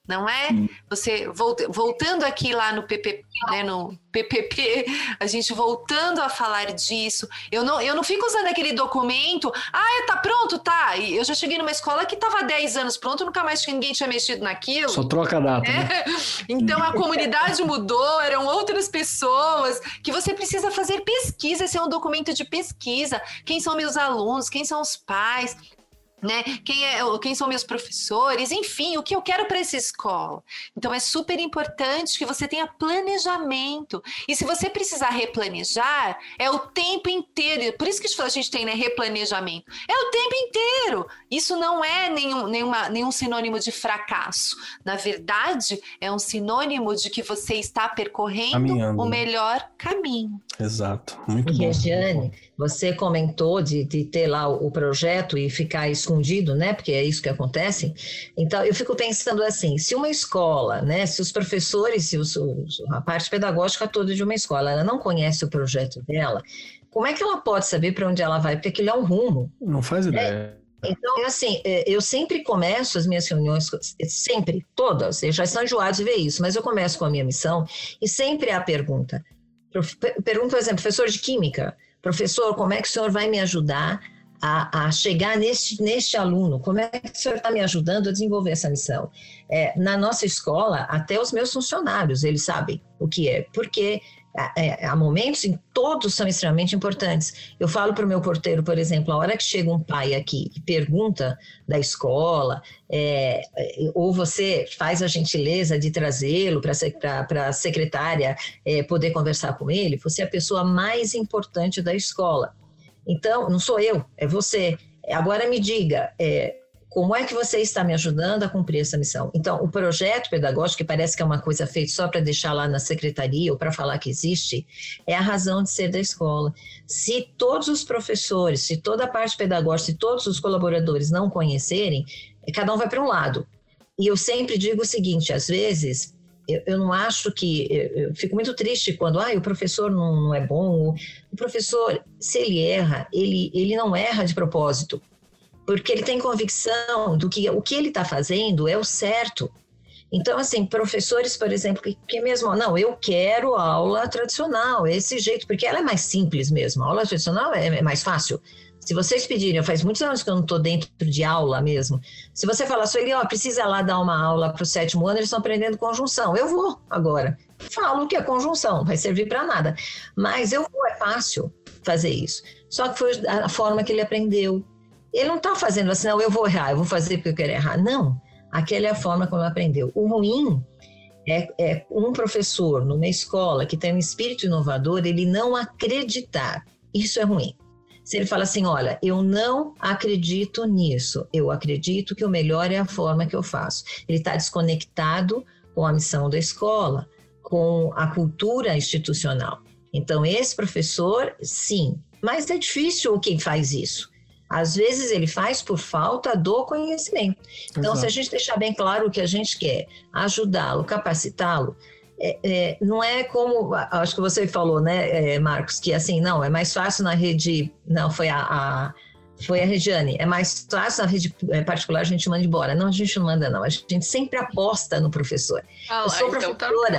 não é? Você, voltando aqui lá no PPP, né, no PPP, a gente voltando a falar disso, eu não fico usando aquele documento, tá pronto, tá, e eu já cheguei numa escola que estava há 10 anos pronto, nunca mais ninguém tinha mexido naquilo. Só troca a data, né? Então a comunidade mudou, eram outras pessoas, que você precisa fazer pesquisa, esse é um documento de pesquisa, quem são meus alunos, quem são os pais, né? Quem são meus professores, enfim, o que eu quero para essa escola. Então é super importante que você tenha planejamento, e se você precisar replanejar, é o tempo inteiro, por isso que a gente tem, né, replanejamento, é o tempo inteiro, isso não é nenhum sinônimo de fracasso, na verdade é um sinônimo de que você está percorrendo caminhando, o melhor caminho. Exato, muito bom. Regiane, você comentou de ter lá o projeto e ficar escondido, né? Porque é isso que acontece. Então, eu fico pensando assim, se uma escola, né? Se os professores, a parte pedagógica toda de uma escola, ela não conhece o projeto dela, como é que ela pode saber para onde ela vai? Porque aquilo é um rumo. Não faz ideia. Então, assim, eu sempre começo as minhas reuniões, sempre, todas, eles já estão enjoados de ver isso, mas eu começo com a minha missão e sempre há a pergunta. Pergunto, por exemplo, professor de química, professor, como é que o senhor vai me ajudar a chegar neste aluno? Como é que o senhor está me ajudando a desenvolver essa missão? Na nossa escola, até os meus funcionários, eles sabem o que é, porque há momentos em todos são extremamente importantes. Eu falo para o meu porteiro, por exemplo, a hora que chega um pai aqui e pergunta da escola, ou você faz a gentileza de trazê-lo para a secretária poder conversar com ele, você é a pessoa mais importante da escola. Então, não sou eu, é você. Agora me diga, como é que você está me ajudando a cumprir essa missão? Então, o projeto pedagógico, que parece que é uma coisa feita só para deixar lá na secretaria ou para falar que existe, é a razão de ser da escola. Se todos os professores, se toda a parte pedagógica, se todos os colaboradores não conhecerem, cada um vai para um lado. E eu sempre digo o seguinte, às vezes, eu não acho que... Eu fico muito triste quando o professor não é bom. O professor, se ele erra, ele não erra de propósito, porque ele tem convicção do que o que ele está fazendo é o certo. Então, assim, professores, por exemplo, que mesmo, não, eu quero aula tradicional, esse jeito, porque ela é mais simples mesmo, a aula tradicional é mais fácil. Se vocês pedirem, faz muitos anos que eu não estou dentro de aula mesmo, se você falar só ele, precisa lá dar uma aula para o 7º ano, eles estão aprendendo conjunção, eu vou agora. Falo que é conjunção, não vai servir para nada, mas é fácil fazer isso. Só que foi a forma que ele aprendeu. Ele não está fazendo assim, não, eu vou errar, eu vou fazer porque eu quero errar. Não, aquela é a forma como ele aprendeu. O ruim é um professor numa escola que tem um espírito inovador, ele não acreditar. Isso é ruim. Se ele fala assim, olha, eu não acredito nisso, eu acredito que o melhor é a forma que eu faço. Ele está desconectado com a missão da escola, com a cultura institucional. Então, esse professor, sim, mas é difícil quem faz isso. Às vezes ele faz por falta do conhecimento. Então, Exato. Se a gente deixar bem claro o que a gente quer, ajudá-lo, capacitá-lo, não é como, acho que você falou, né, Marcos, que assim, não, é mais fácil na rede, não, foi a Regiane, é mais fácil na rede particular a gente manda embora. Não, a gente não manda não, a gente sempre aposta no professor. Eu sou professora,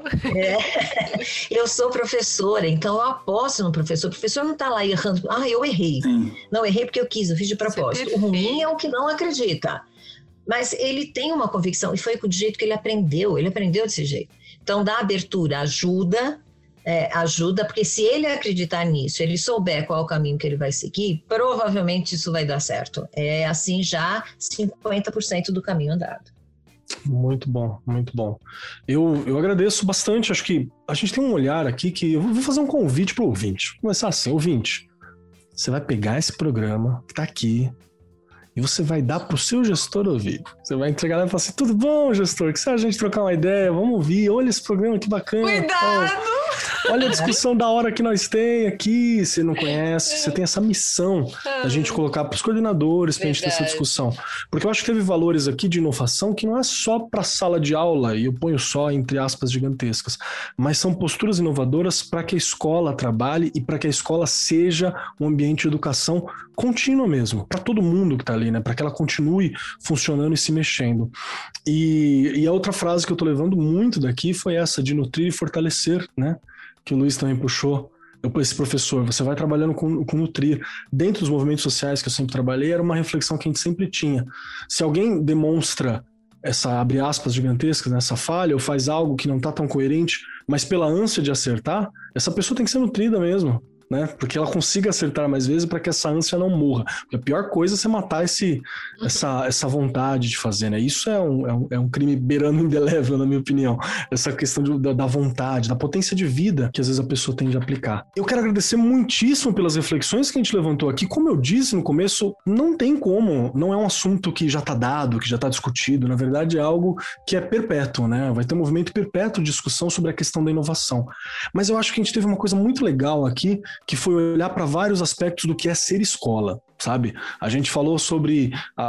eu sou professora, então eu aposto no professor. O professor não está lá errando, eu errei. Sim. Não, errei porque eu quis, eu fiz de propósito. O ruim é o que não acredita. Mas ele tem uma convicção, e foi do jeito que ele aprendeu desse jeito. Então, dá abertura, ajuda, porque se ele acreditar nisso, ele souber qual é o caminho que ele vai seguir, provavelmente isso vai dar certo. É assim já 50% do caminho andado. Muito bom, muito bom. Eu agradeço bastante, acho que a gente tem um olhar aqui que eu vou fazer um convite para o ouvinte. Vou começar assim, ouvinte, você vai pegar esse programa que está aqui e você vai dar para o seu gestor ouvir. Você vai entregar lá e falar assim, tudo bom, gestor? Que se a gente trocar uma ideia, vamos ouvir, olha esse programa, que bacana. Cuidado! Olha a discussão da hora que nós tem aqui. Você não conhece, você tem essa missão da gente colocar para os coordenadores, para a gente ter essa discussão. Porque eu acho que teve valores aqui de inovação que não é só para a sala de aula, e eu ponho só entre aspas gigantescas, mas são posturas inovadoras para que a escola trabalhe e para que a escola seja um ambiente de educação contínua mesmo, para todo mundo que está ali, né? Para que ela continue funcionando e se mexendo. E a outra frase que eu estou levando muito daqui foi essa de nutrir e fortalecer, né? Que o Luiz também puxou. Esse professor, você vai trabalhando com nutrir. Dentro dos movimentos sociais que eu sempre trabalhei, era uma reflexão que a gente sempre tinha. Se alguém demonstra essa, abre aspas gigantescas, né, essa falha, ou faz algo que não está tão coerente, mas pela ânsia de acertar, essa pessoa tem que ser nutrida mesmo, né? Porque ela consiga acertar mais vezes para que essa ânsia não morra. Porque a pior coisa é você matar essa vontade de fazer, né? Isso é um crime beirando indelével, na minha opinião. Essa questão da vontade, da potência de vida que às vezes a pessoa tem de aplicar. Eu quero agradecer muitíssimo pelas reflexões que a gente levantou aqui. Como eu disse no começo, não tem como, não é um assunto que já está dado, que já está discutido. Na verdade, é algo que é perpétuo, né? Vai ter um movimento perpétuo de discussão sobre a questão da inovação. Mas eu acho que a gente teve uma coisa muito legal aqui, que foi olhar para vários aspectos do que é ser escola, sabe? A gente falou sobre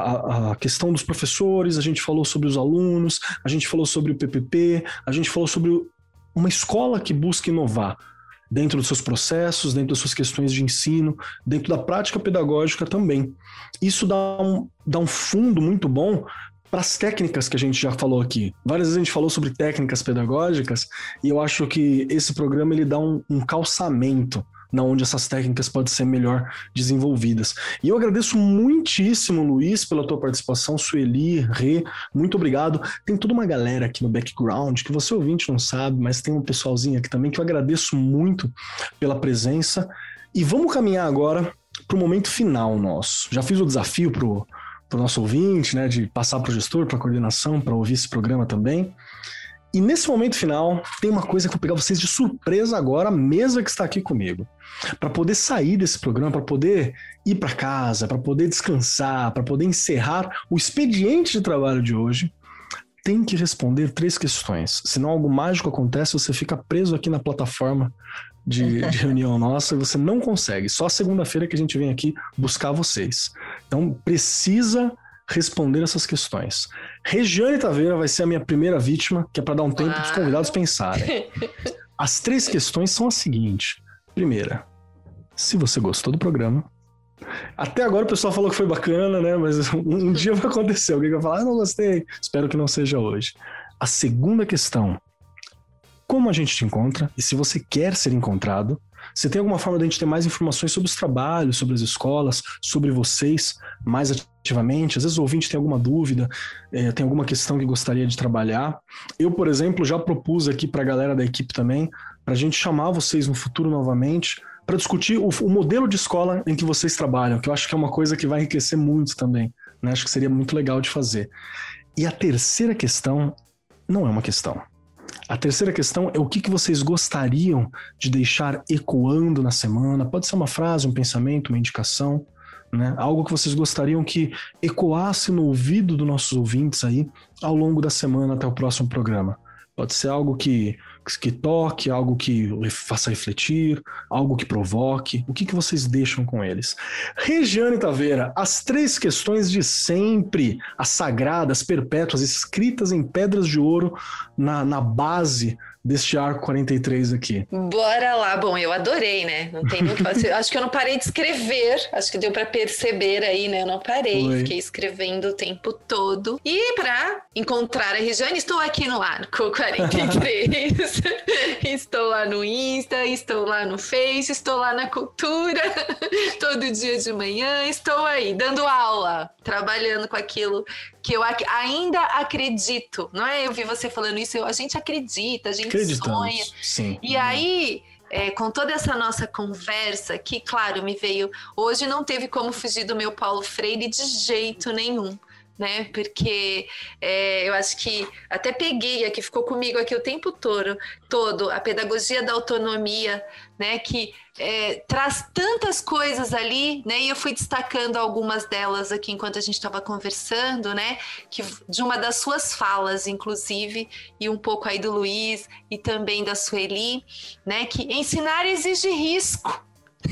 a questão dos professores, a gente falou sobre os alunos, a gente falou sobre o PPP, a gente falou sobre uma escola que busca inovar dentro dos seus processos, dentro das suas questões de ensino, dentro da prática pedagógica também. Isso dá um fundo muito bom para as técnicas que a gente já falou aqui. Várias vezes a gente falou sobre técnicas pedagógicas e eu acho que esse programa ele dá um calçamento na onde essas técnicas podem ser melhor desenvolvidas. E eu agradeço muitíssimo, Luiz, pela tua participação, Sueli, Rê, muito obrigado. Tem toda uma galera aqui no background que você ouvinte não sabe, mas tem um pessoalzinho aqui também que eu agradeço muito pela presença. E vamos caminhar agora para o momento final nosso. Já fiz o desafio para o nosso ouvinte, né, de passar para o gestor, para a coordenação, para ouvir esse programa também. E nesse momento final, tem uma coisa que eu vou pegar vocês de surpresa agora, a mesa que está aqui comigo. Para poder sair desse programa, para poder ir para casa, para poder descansar, para poder encerrar o expediente de trabalho de hoje, tem que responder 3 questões. Senão algo mágico acontece, você fica preso aqui na plataforma de reunião nossa e você não consegue. Só segunda-feira que a gente vem aqui buscar vocês. Então precisa responder essas questões. Regiane Taveira vai ser a minha primeira vítima, que é para dar um tempo para os convidados pensarem. As 3 questões são as seguintes. Primeira, se você gostou do programa. Até agora o pessoal falou que foi bacana, né? Mas um dia vai acontecer. Alguém vai falar, não gostei. Espero que não seja hoje. A segunda questão, como a gente te encontra e se você quer ser encontrado. Você tem alguma forma de a gente ter mais informações sobre os trabalhos, sobre as escolas, sobre vocês, mais ativamente? Às vezes o ouvinte tem alguma dúvida, tem alguma questão que gostaria de trabalhar. Eu, por exemplo, já propus aqui para a galera da equipe também, para a gente chamar vocês no futuro novamente, para discutir o modelo de escola em que vocês trabalham, que eu acho que é uma coisa que vai enriquecer muito também, né? Acho que seria muito legal de fazer. E a terceira questão não é uma questão. A terceira questão é o que vocês gostariam de deixar ecoando na semana. Pode ser uma frase, um pensamento, uma indicação, né? Algo que vocês gostariam que ecoasse no ouvido dos nossos ouvintes aí ao longo da semana até o próximo programa. Pode ser algo que toque, algo que faça refletir, algo que provoque. O que vocês deixam com eles? Regiane Taveira, as 3 questões de sempre, as sagradas, perpétuas, escritas em pedras de ouro na base deste arco 43 aqui. Bora lá. Bom, eu adorei, né? Não tem nem o que fazer. Acho que eu não parei de escrever. Acho que deu para perceber aí, né? Eu não parei. Foi. Fiquei escrevendo o tempo todo. E para encontrar a Regiane, estou aqui no Arco 43. Estou lá no Insta, estou lá no Face, estou lá na Cultura. Todo dia de manhã estou aí, dando aula, trabalhando com aquilo que eu ainda acredito, não é? Eu vi você falando isso, a gente acredita, a gente sonha. Sim. E aí, com toda essa nossa conversa, que claro, me veio... Hoje não teve como fugir do meu Paulo Freire de jeito nenhum. né? Porque eu acho que até peguei aqui, ficou comigo aqui o tempo todo a pedagogia da autonomia, né? Que traz tantas coisas ali, né? E eu fui destacando algumas delas aqui enquanto a gente estava conversando, né? Que de uma das suas falas, inclusive, e um pouco aí do Luiz e também da Sueli, né? Que ensinar exige risco,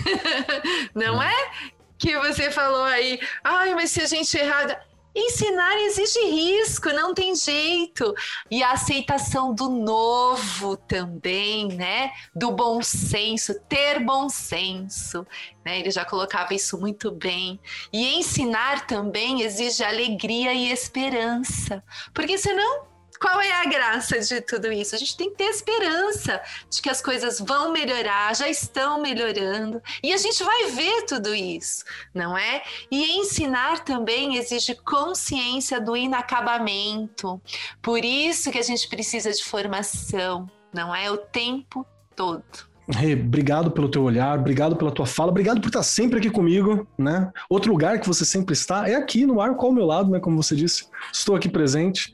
não é? Que você falou aí, mas se a gente errar... Ensinar exige risco, não tem jeito. E a aceitação do novo também, né? Do bom senso, ter bom senso, né? Ele já colocava isso muito bem. E ensinar também exige alegria e esperança, porque senão, qual é a graça de tudo isso? A gente tem que ter esperança de que as coisas vão melhorar, já estão melhorando, e a gente vai ver tudo isso, não é? E ensinar também exige consciência do inacabamento. Por isso que a gente precisa de formação, não é? O tempo todo. Rê, obrigado pelo teu olhar, obrigado pela tua fala, obrigado por estar sempre aqui comigo, né? Outro lugar que você sempre está é aqui no Arco ao meu lado, né? Como você disse, estou aqui presente.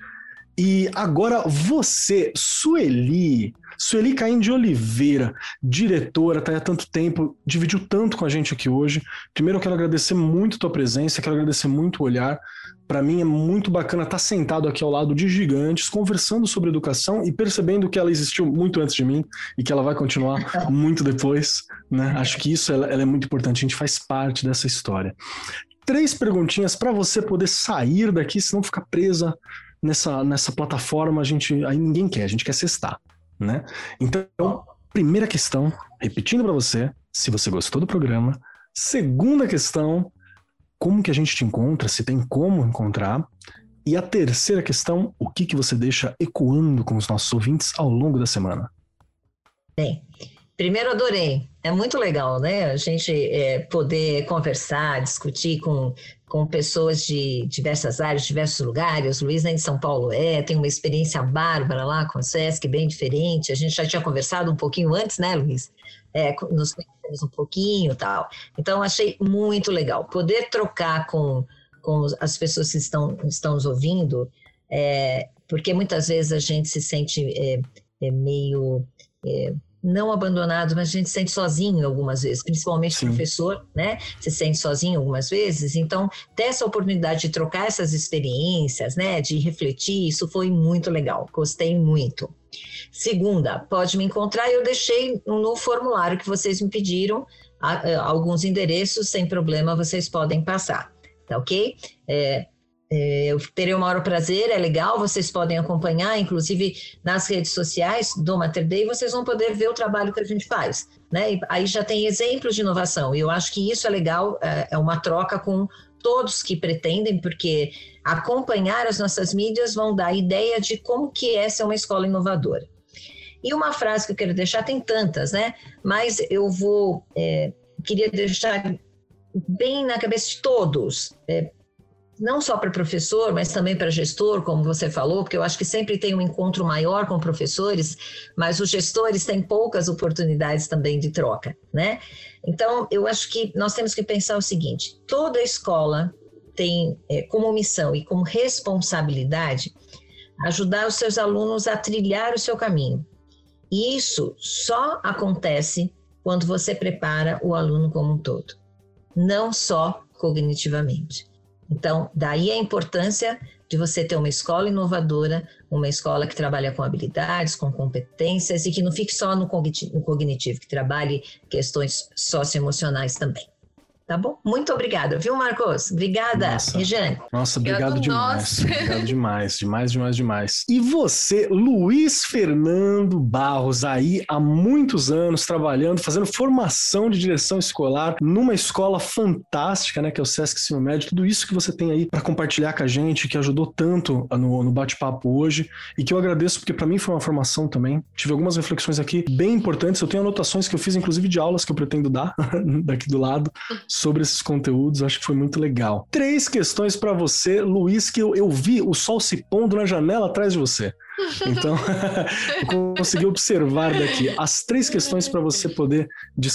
E agora você, Sueli Caim de Oliveira, diretora, tá aí há tanto tempo, dividiu tanto com a gente aqui hoje. Primeiro eu quero agradecer muito a tua presença, quero agradecer muito o olhar. Para mim é muito bacana estar sentado aqui ao lado de gigantes, conversando sobre educação e percebendo que ela existiu muito antes de mim e que ela vai continuar muito depois, né? Acho que isso ela é muito importante, a gente faz parte dessa história. 3 perguntinhas para você poder sair daqui, senão ficar presa nessa plataforma, aí ninguém quer, a gente quer cestar, né? Então, primeira questão, repetindo para você, se você gostou do programa. Segunda questão, como que a gente te encontra, se tem como encontrar. E a terceira questão, o que você deixa ecoando com os nossos ouvintes ao longo da semana? Bem, primeiro adorei, é muito legal, né? A gente poder conversar, discutir com pessoas de diversas áreas, diversos lugares. O Luiz é em São Paulo, tem uma experiência bárbara lá com o SESC, bem diferente. A gente já tinha conversado um pouquinho antes, né, Luiz? Nos conhecemos um pouquinho e tal. Então, achei muito legal poder trocar com as pessoas que estão nos ouvindo, porque muitas vezes a gente se sente meio... não abandonado, mas a gente se sente sozinho algumas vezes, principalmente o professor, né? Se sente sozinho algumas vezes. Então, ter essa oportunidade de trocar essas experiências, né? De refletir, isso foi muito legal. Gostei muito. Segunda, pode me encontrar. Eu deixei no formulário que vocês me pediram alguns endereços, sem problema, vocês podem passar, tá ok? Eu terei o maior prazer, é legal, vocês podem acompanhar, inclusive nas redes sociais do Mater Dei, vocês vão poder ver o trabalho que a gente faz, né? E aí já tem exemplos de inovação, e eu acho que isso é legal, é uma troca com todos que pretendem, porque acompanhar as nossas mídias vão dar ideia de como que é ser uma escola inovadora. E uma frase que eu quero deixar, tem tantas, né? Mas eu queria deixar bem na cabeça de todos, não só para professor, mas também para gestor, como você falou, porque eu acho que sempre tem um encontro maior com professores, mas os gestores têm poucas oportunidades também de troca, né? Então, eu acho que nós temos que pensar o seguinte: toda escola tem como missão e como responsabilidade ajudar os seus alunos a trilhar o seu caminho. E isso só acontece quando você prepara o aluno como um todo, não só cognitivamente. Então, daí a importância de você ter uma escola inovadora, uma escola que trabalha com habilidades, com competências e que não fique só no cognitivo, que trabalhe questões socioemocionais também. Tá bom? Muito obrigada, viu, Marcos? Obrigada, Regiane. Nossa, obrigado demais. Obrigado demais. E você, Luiz Fernando Barros, aí há muitos anos trabalhando, fazendo formação de direção escolar numa escola fantástica, né, que é o Sesc Ensino Médio. Tudo isso que você tem aí para compartilhar com a gente, que ajudou tanto no bate-papo hoje, e que eu agradeço porque para mim foi uma formação também. Tive algumas reflexões aqui bem importantes. Eu tenho anotações que eu fiz, inclusive, de aulas que eu pretendo dar daqui do lado, sobre esses conteúdos. Acho que foi muito legal. 3 questões para você, Luiz, que eu vi o sol se pondo na janela atrás de você. Então, eu consegui observar daqui as 3 questões para você poder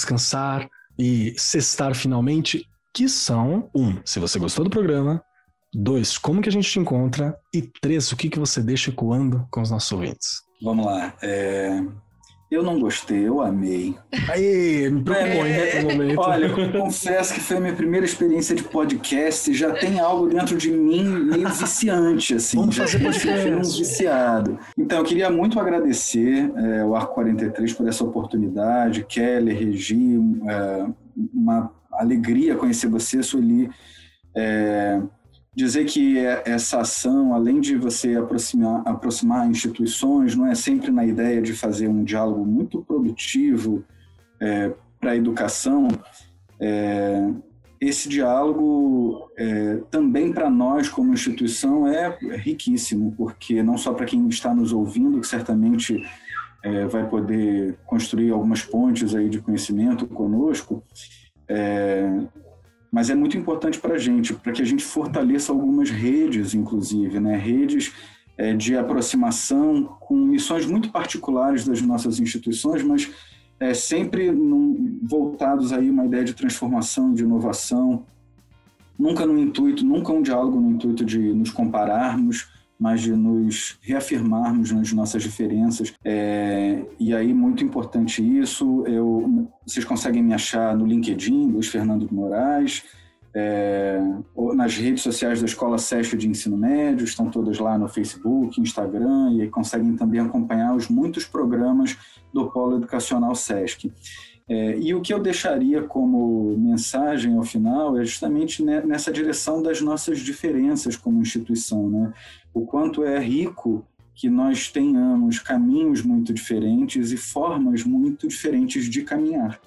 descansar e cestar finalmente, que são: 1, se você gostou do programa; 2, como que a gente te encontra? E 3, o que você deixa ecoando com os nossos ouvintes? Vamos lá. Eu não gostei, eu amei. Aí, me propõe, no momento. Olha, eu confesso que foi a minha primeira experiência de podcast e já tem algo dentro de mim meio viciante, assim. Vamos fazer podcast. Um viciado. Então, eu queria muito agradecer o Arco 43 por essa oportunidade. Keller, Regi, uma alegria conhecer você, Sueli. Dizer que essa ação, além de você aproximar instituições, não é sempre na ideia de fazer um diálogo muito produtivo para a educação, esse diálogo também para nós como instituição é riquíssimo, porque não só para quem está nos ouvindo, que certamente vai poder construir algumas pontes aí de conhecimento conosco, mas é muito importante para a gente, para que a gente fortaleça algumas redes, inclusive, né? Redes de aproximação com missões muito particulares das nossas instituições, mas sempre voltados aí a uma ideia de transformação, de inovação, nunca um diálogo no intuito de nos compararmos, mas de nos reafirmarmos nas nossas diferenças. E aí, muito importante isso, vocês conseguem me achar no LinkedIn, Luiz Fernando de Moraes, ou nas redes sociais da Escola SESC de Ensino Médio, estão todas lá no Facebook, Instagram, e aí conseguem também acompanhar os muitos programas do Polo Educacional SESC. E o que eu deixaria como mensagem ao final é justamente nessa direção das nossas diferenças como instituição, né? O quanto é rico que nós tenhamos caminhos muito diferentes e formas muito diferentes de caminhar.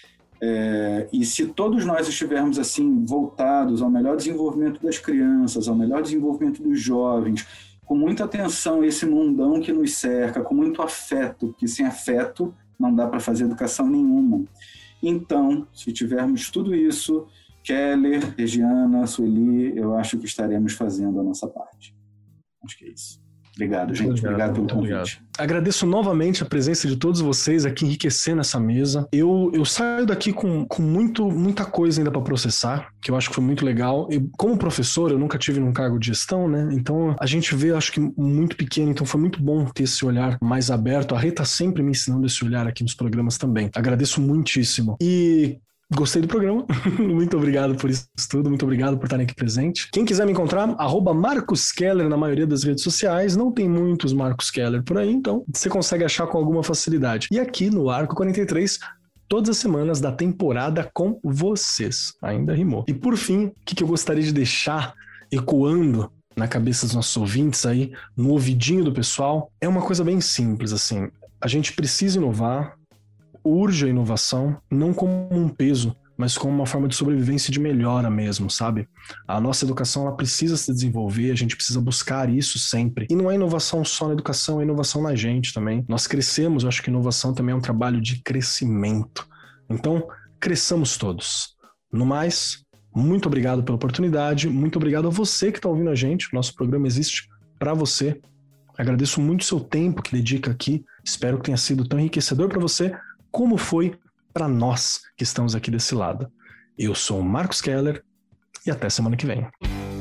E se todos nós estivermos assim voltados ao melhor desenvolvimento das crianças, ao melhor desenvolvimento dos jovens, com muita atenção a esse mundão que nos cerca, com muito afeto, porque sem afeto não dá para fazer educação nenhuma. Então, se tivermos tudo isso, Keller, Regiana, Sueli, eu acho que estaremos fazendo a nossa parte. Acho que é isso. Obrigado, gente. Obrigado pelo convite. Agradeço novamente a presença de todos vocês aqui enriquecendo essa mesa. Eu saio daqui com muita coisa ainda para processar, que eu acho que foi muito legal. Como professor, eu nunca tive num cargo de gestão, né? Então a gente vê, acho que muito pequeno, então foi muito bom ter esse olhar mais aberto. A Rê tá sempre me ensinando esse olhar aqui nos programas também. Agradeço muitíssimo. E gostei do programa. Muito obrigado por isso tudo. Muito obrigado por estarem aqui presente. Quem quiser me encontrar, @MarcosKeller na maioria das redes sociais. Não tem muitos Marcos Keller por aí, então você consegue achar com alguma facilidade. E aqui no Arco 43, todas as semanas da temporada com vocês. Ainda rimou. E por fim, o que eu gostaria de deixar ecoando na cabeça dos nossos ouvintes aí, no ouvidinho do pessoal, é uma coisa bem simples, assim. A gente precisa inovar, urge a inovação, não como um peso, mas como uma forma de sobrevivência e de melhora mesmo, sabe? A nossa educação, ela precisa se desenvolver, a gente precisa buscar isso sempre. E não é inovação só na educação, é inovação na gente também. Nós crescemos, eu acho que inovação também é um trabalho de crescimento. Então, cresçamos todos. No mais, muito obrigado pela oportunidade, muito obrigado a você que está ouvindo a gente. O nosso programa existe para você. Agradeço muito o seu tempo que dedica aqui. Espero que tenha sido tão enriquecedor para você como foi para nós que estamos aqui desse lado. Eu sou o Marcos Keller e até semana que vem.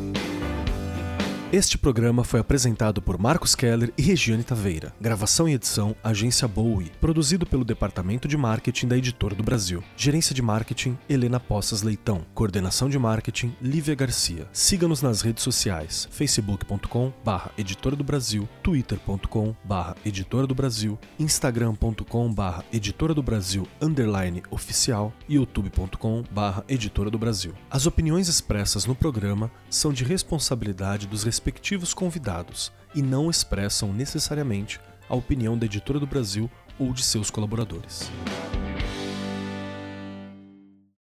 Este programa foi apresentado por Marcos Keller e Regiane Taveira. Gravação e edição, Agência Bowie. Produzido pelo Departamento de Marketing da Editora do Brasil. Gerência de Marketing, Helena Poças Leitão. Coordenação de Marketing, Lívia Garcia. Siga-nos nas redes sociais, facebook.com/Editora do Brasil, twitter.com/Editora do Brasil, instagram.com/Editora do Brasil _oficial e youtube.com/Editora do Brasil. As opiniões expressas no programa são de responsabilidade dos respectivos convidados e não expressam necessariamente a opinião da Editora do Brasil ou de seus colaboradores.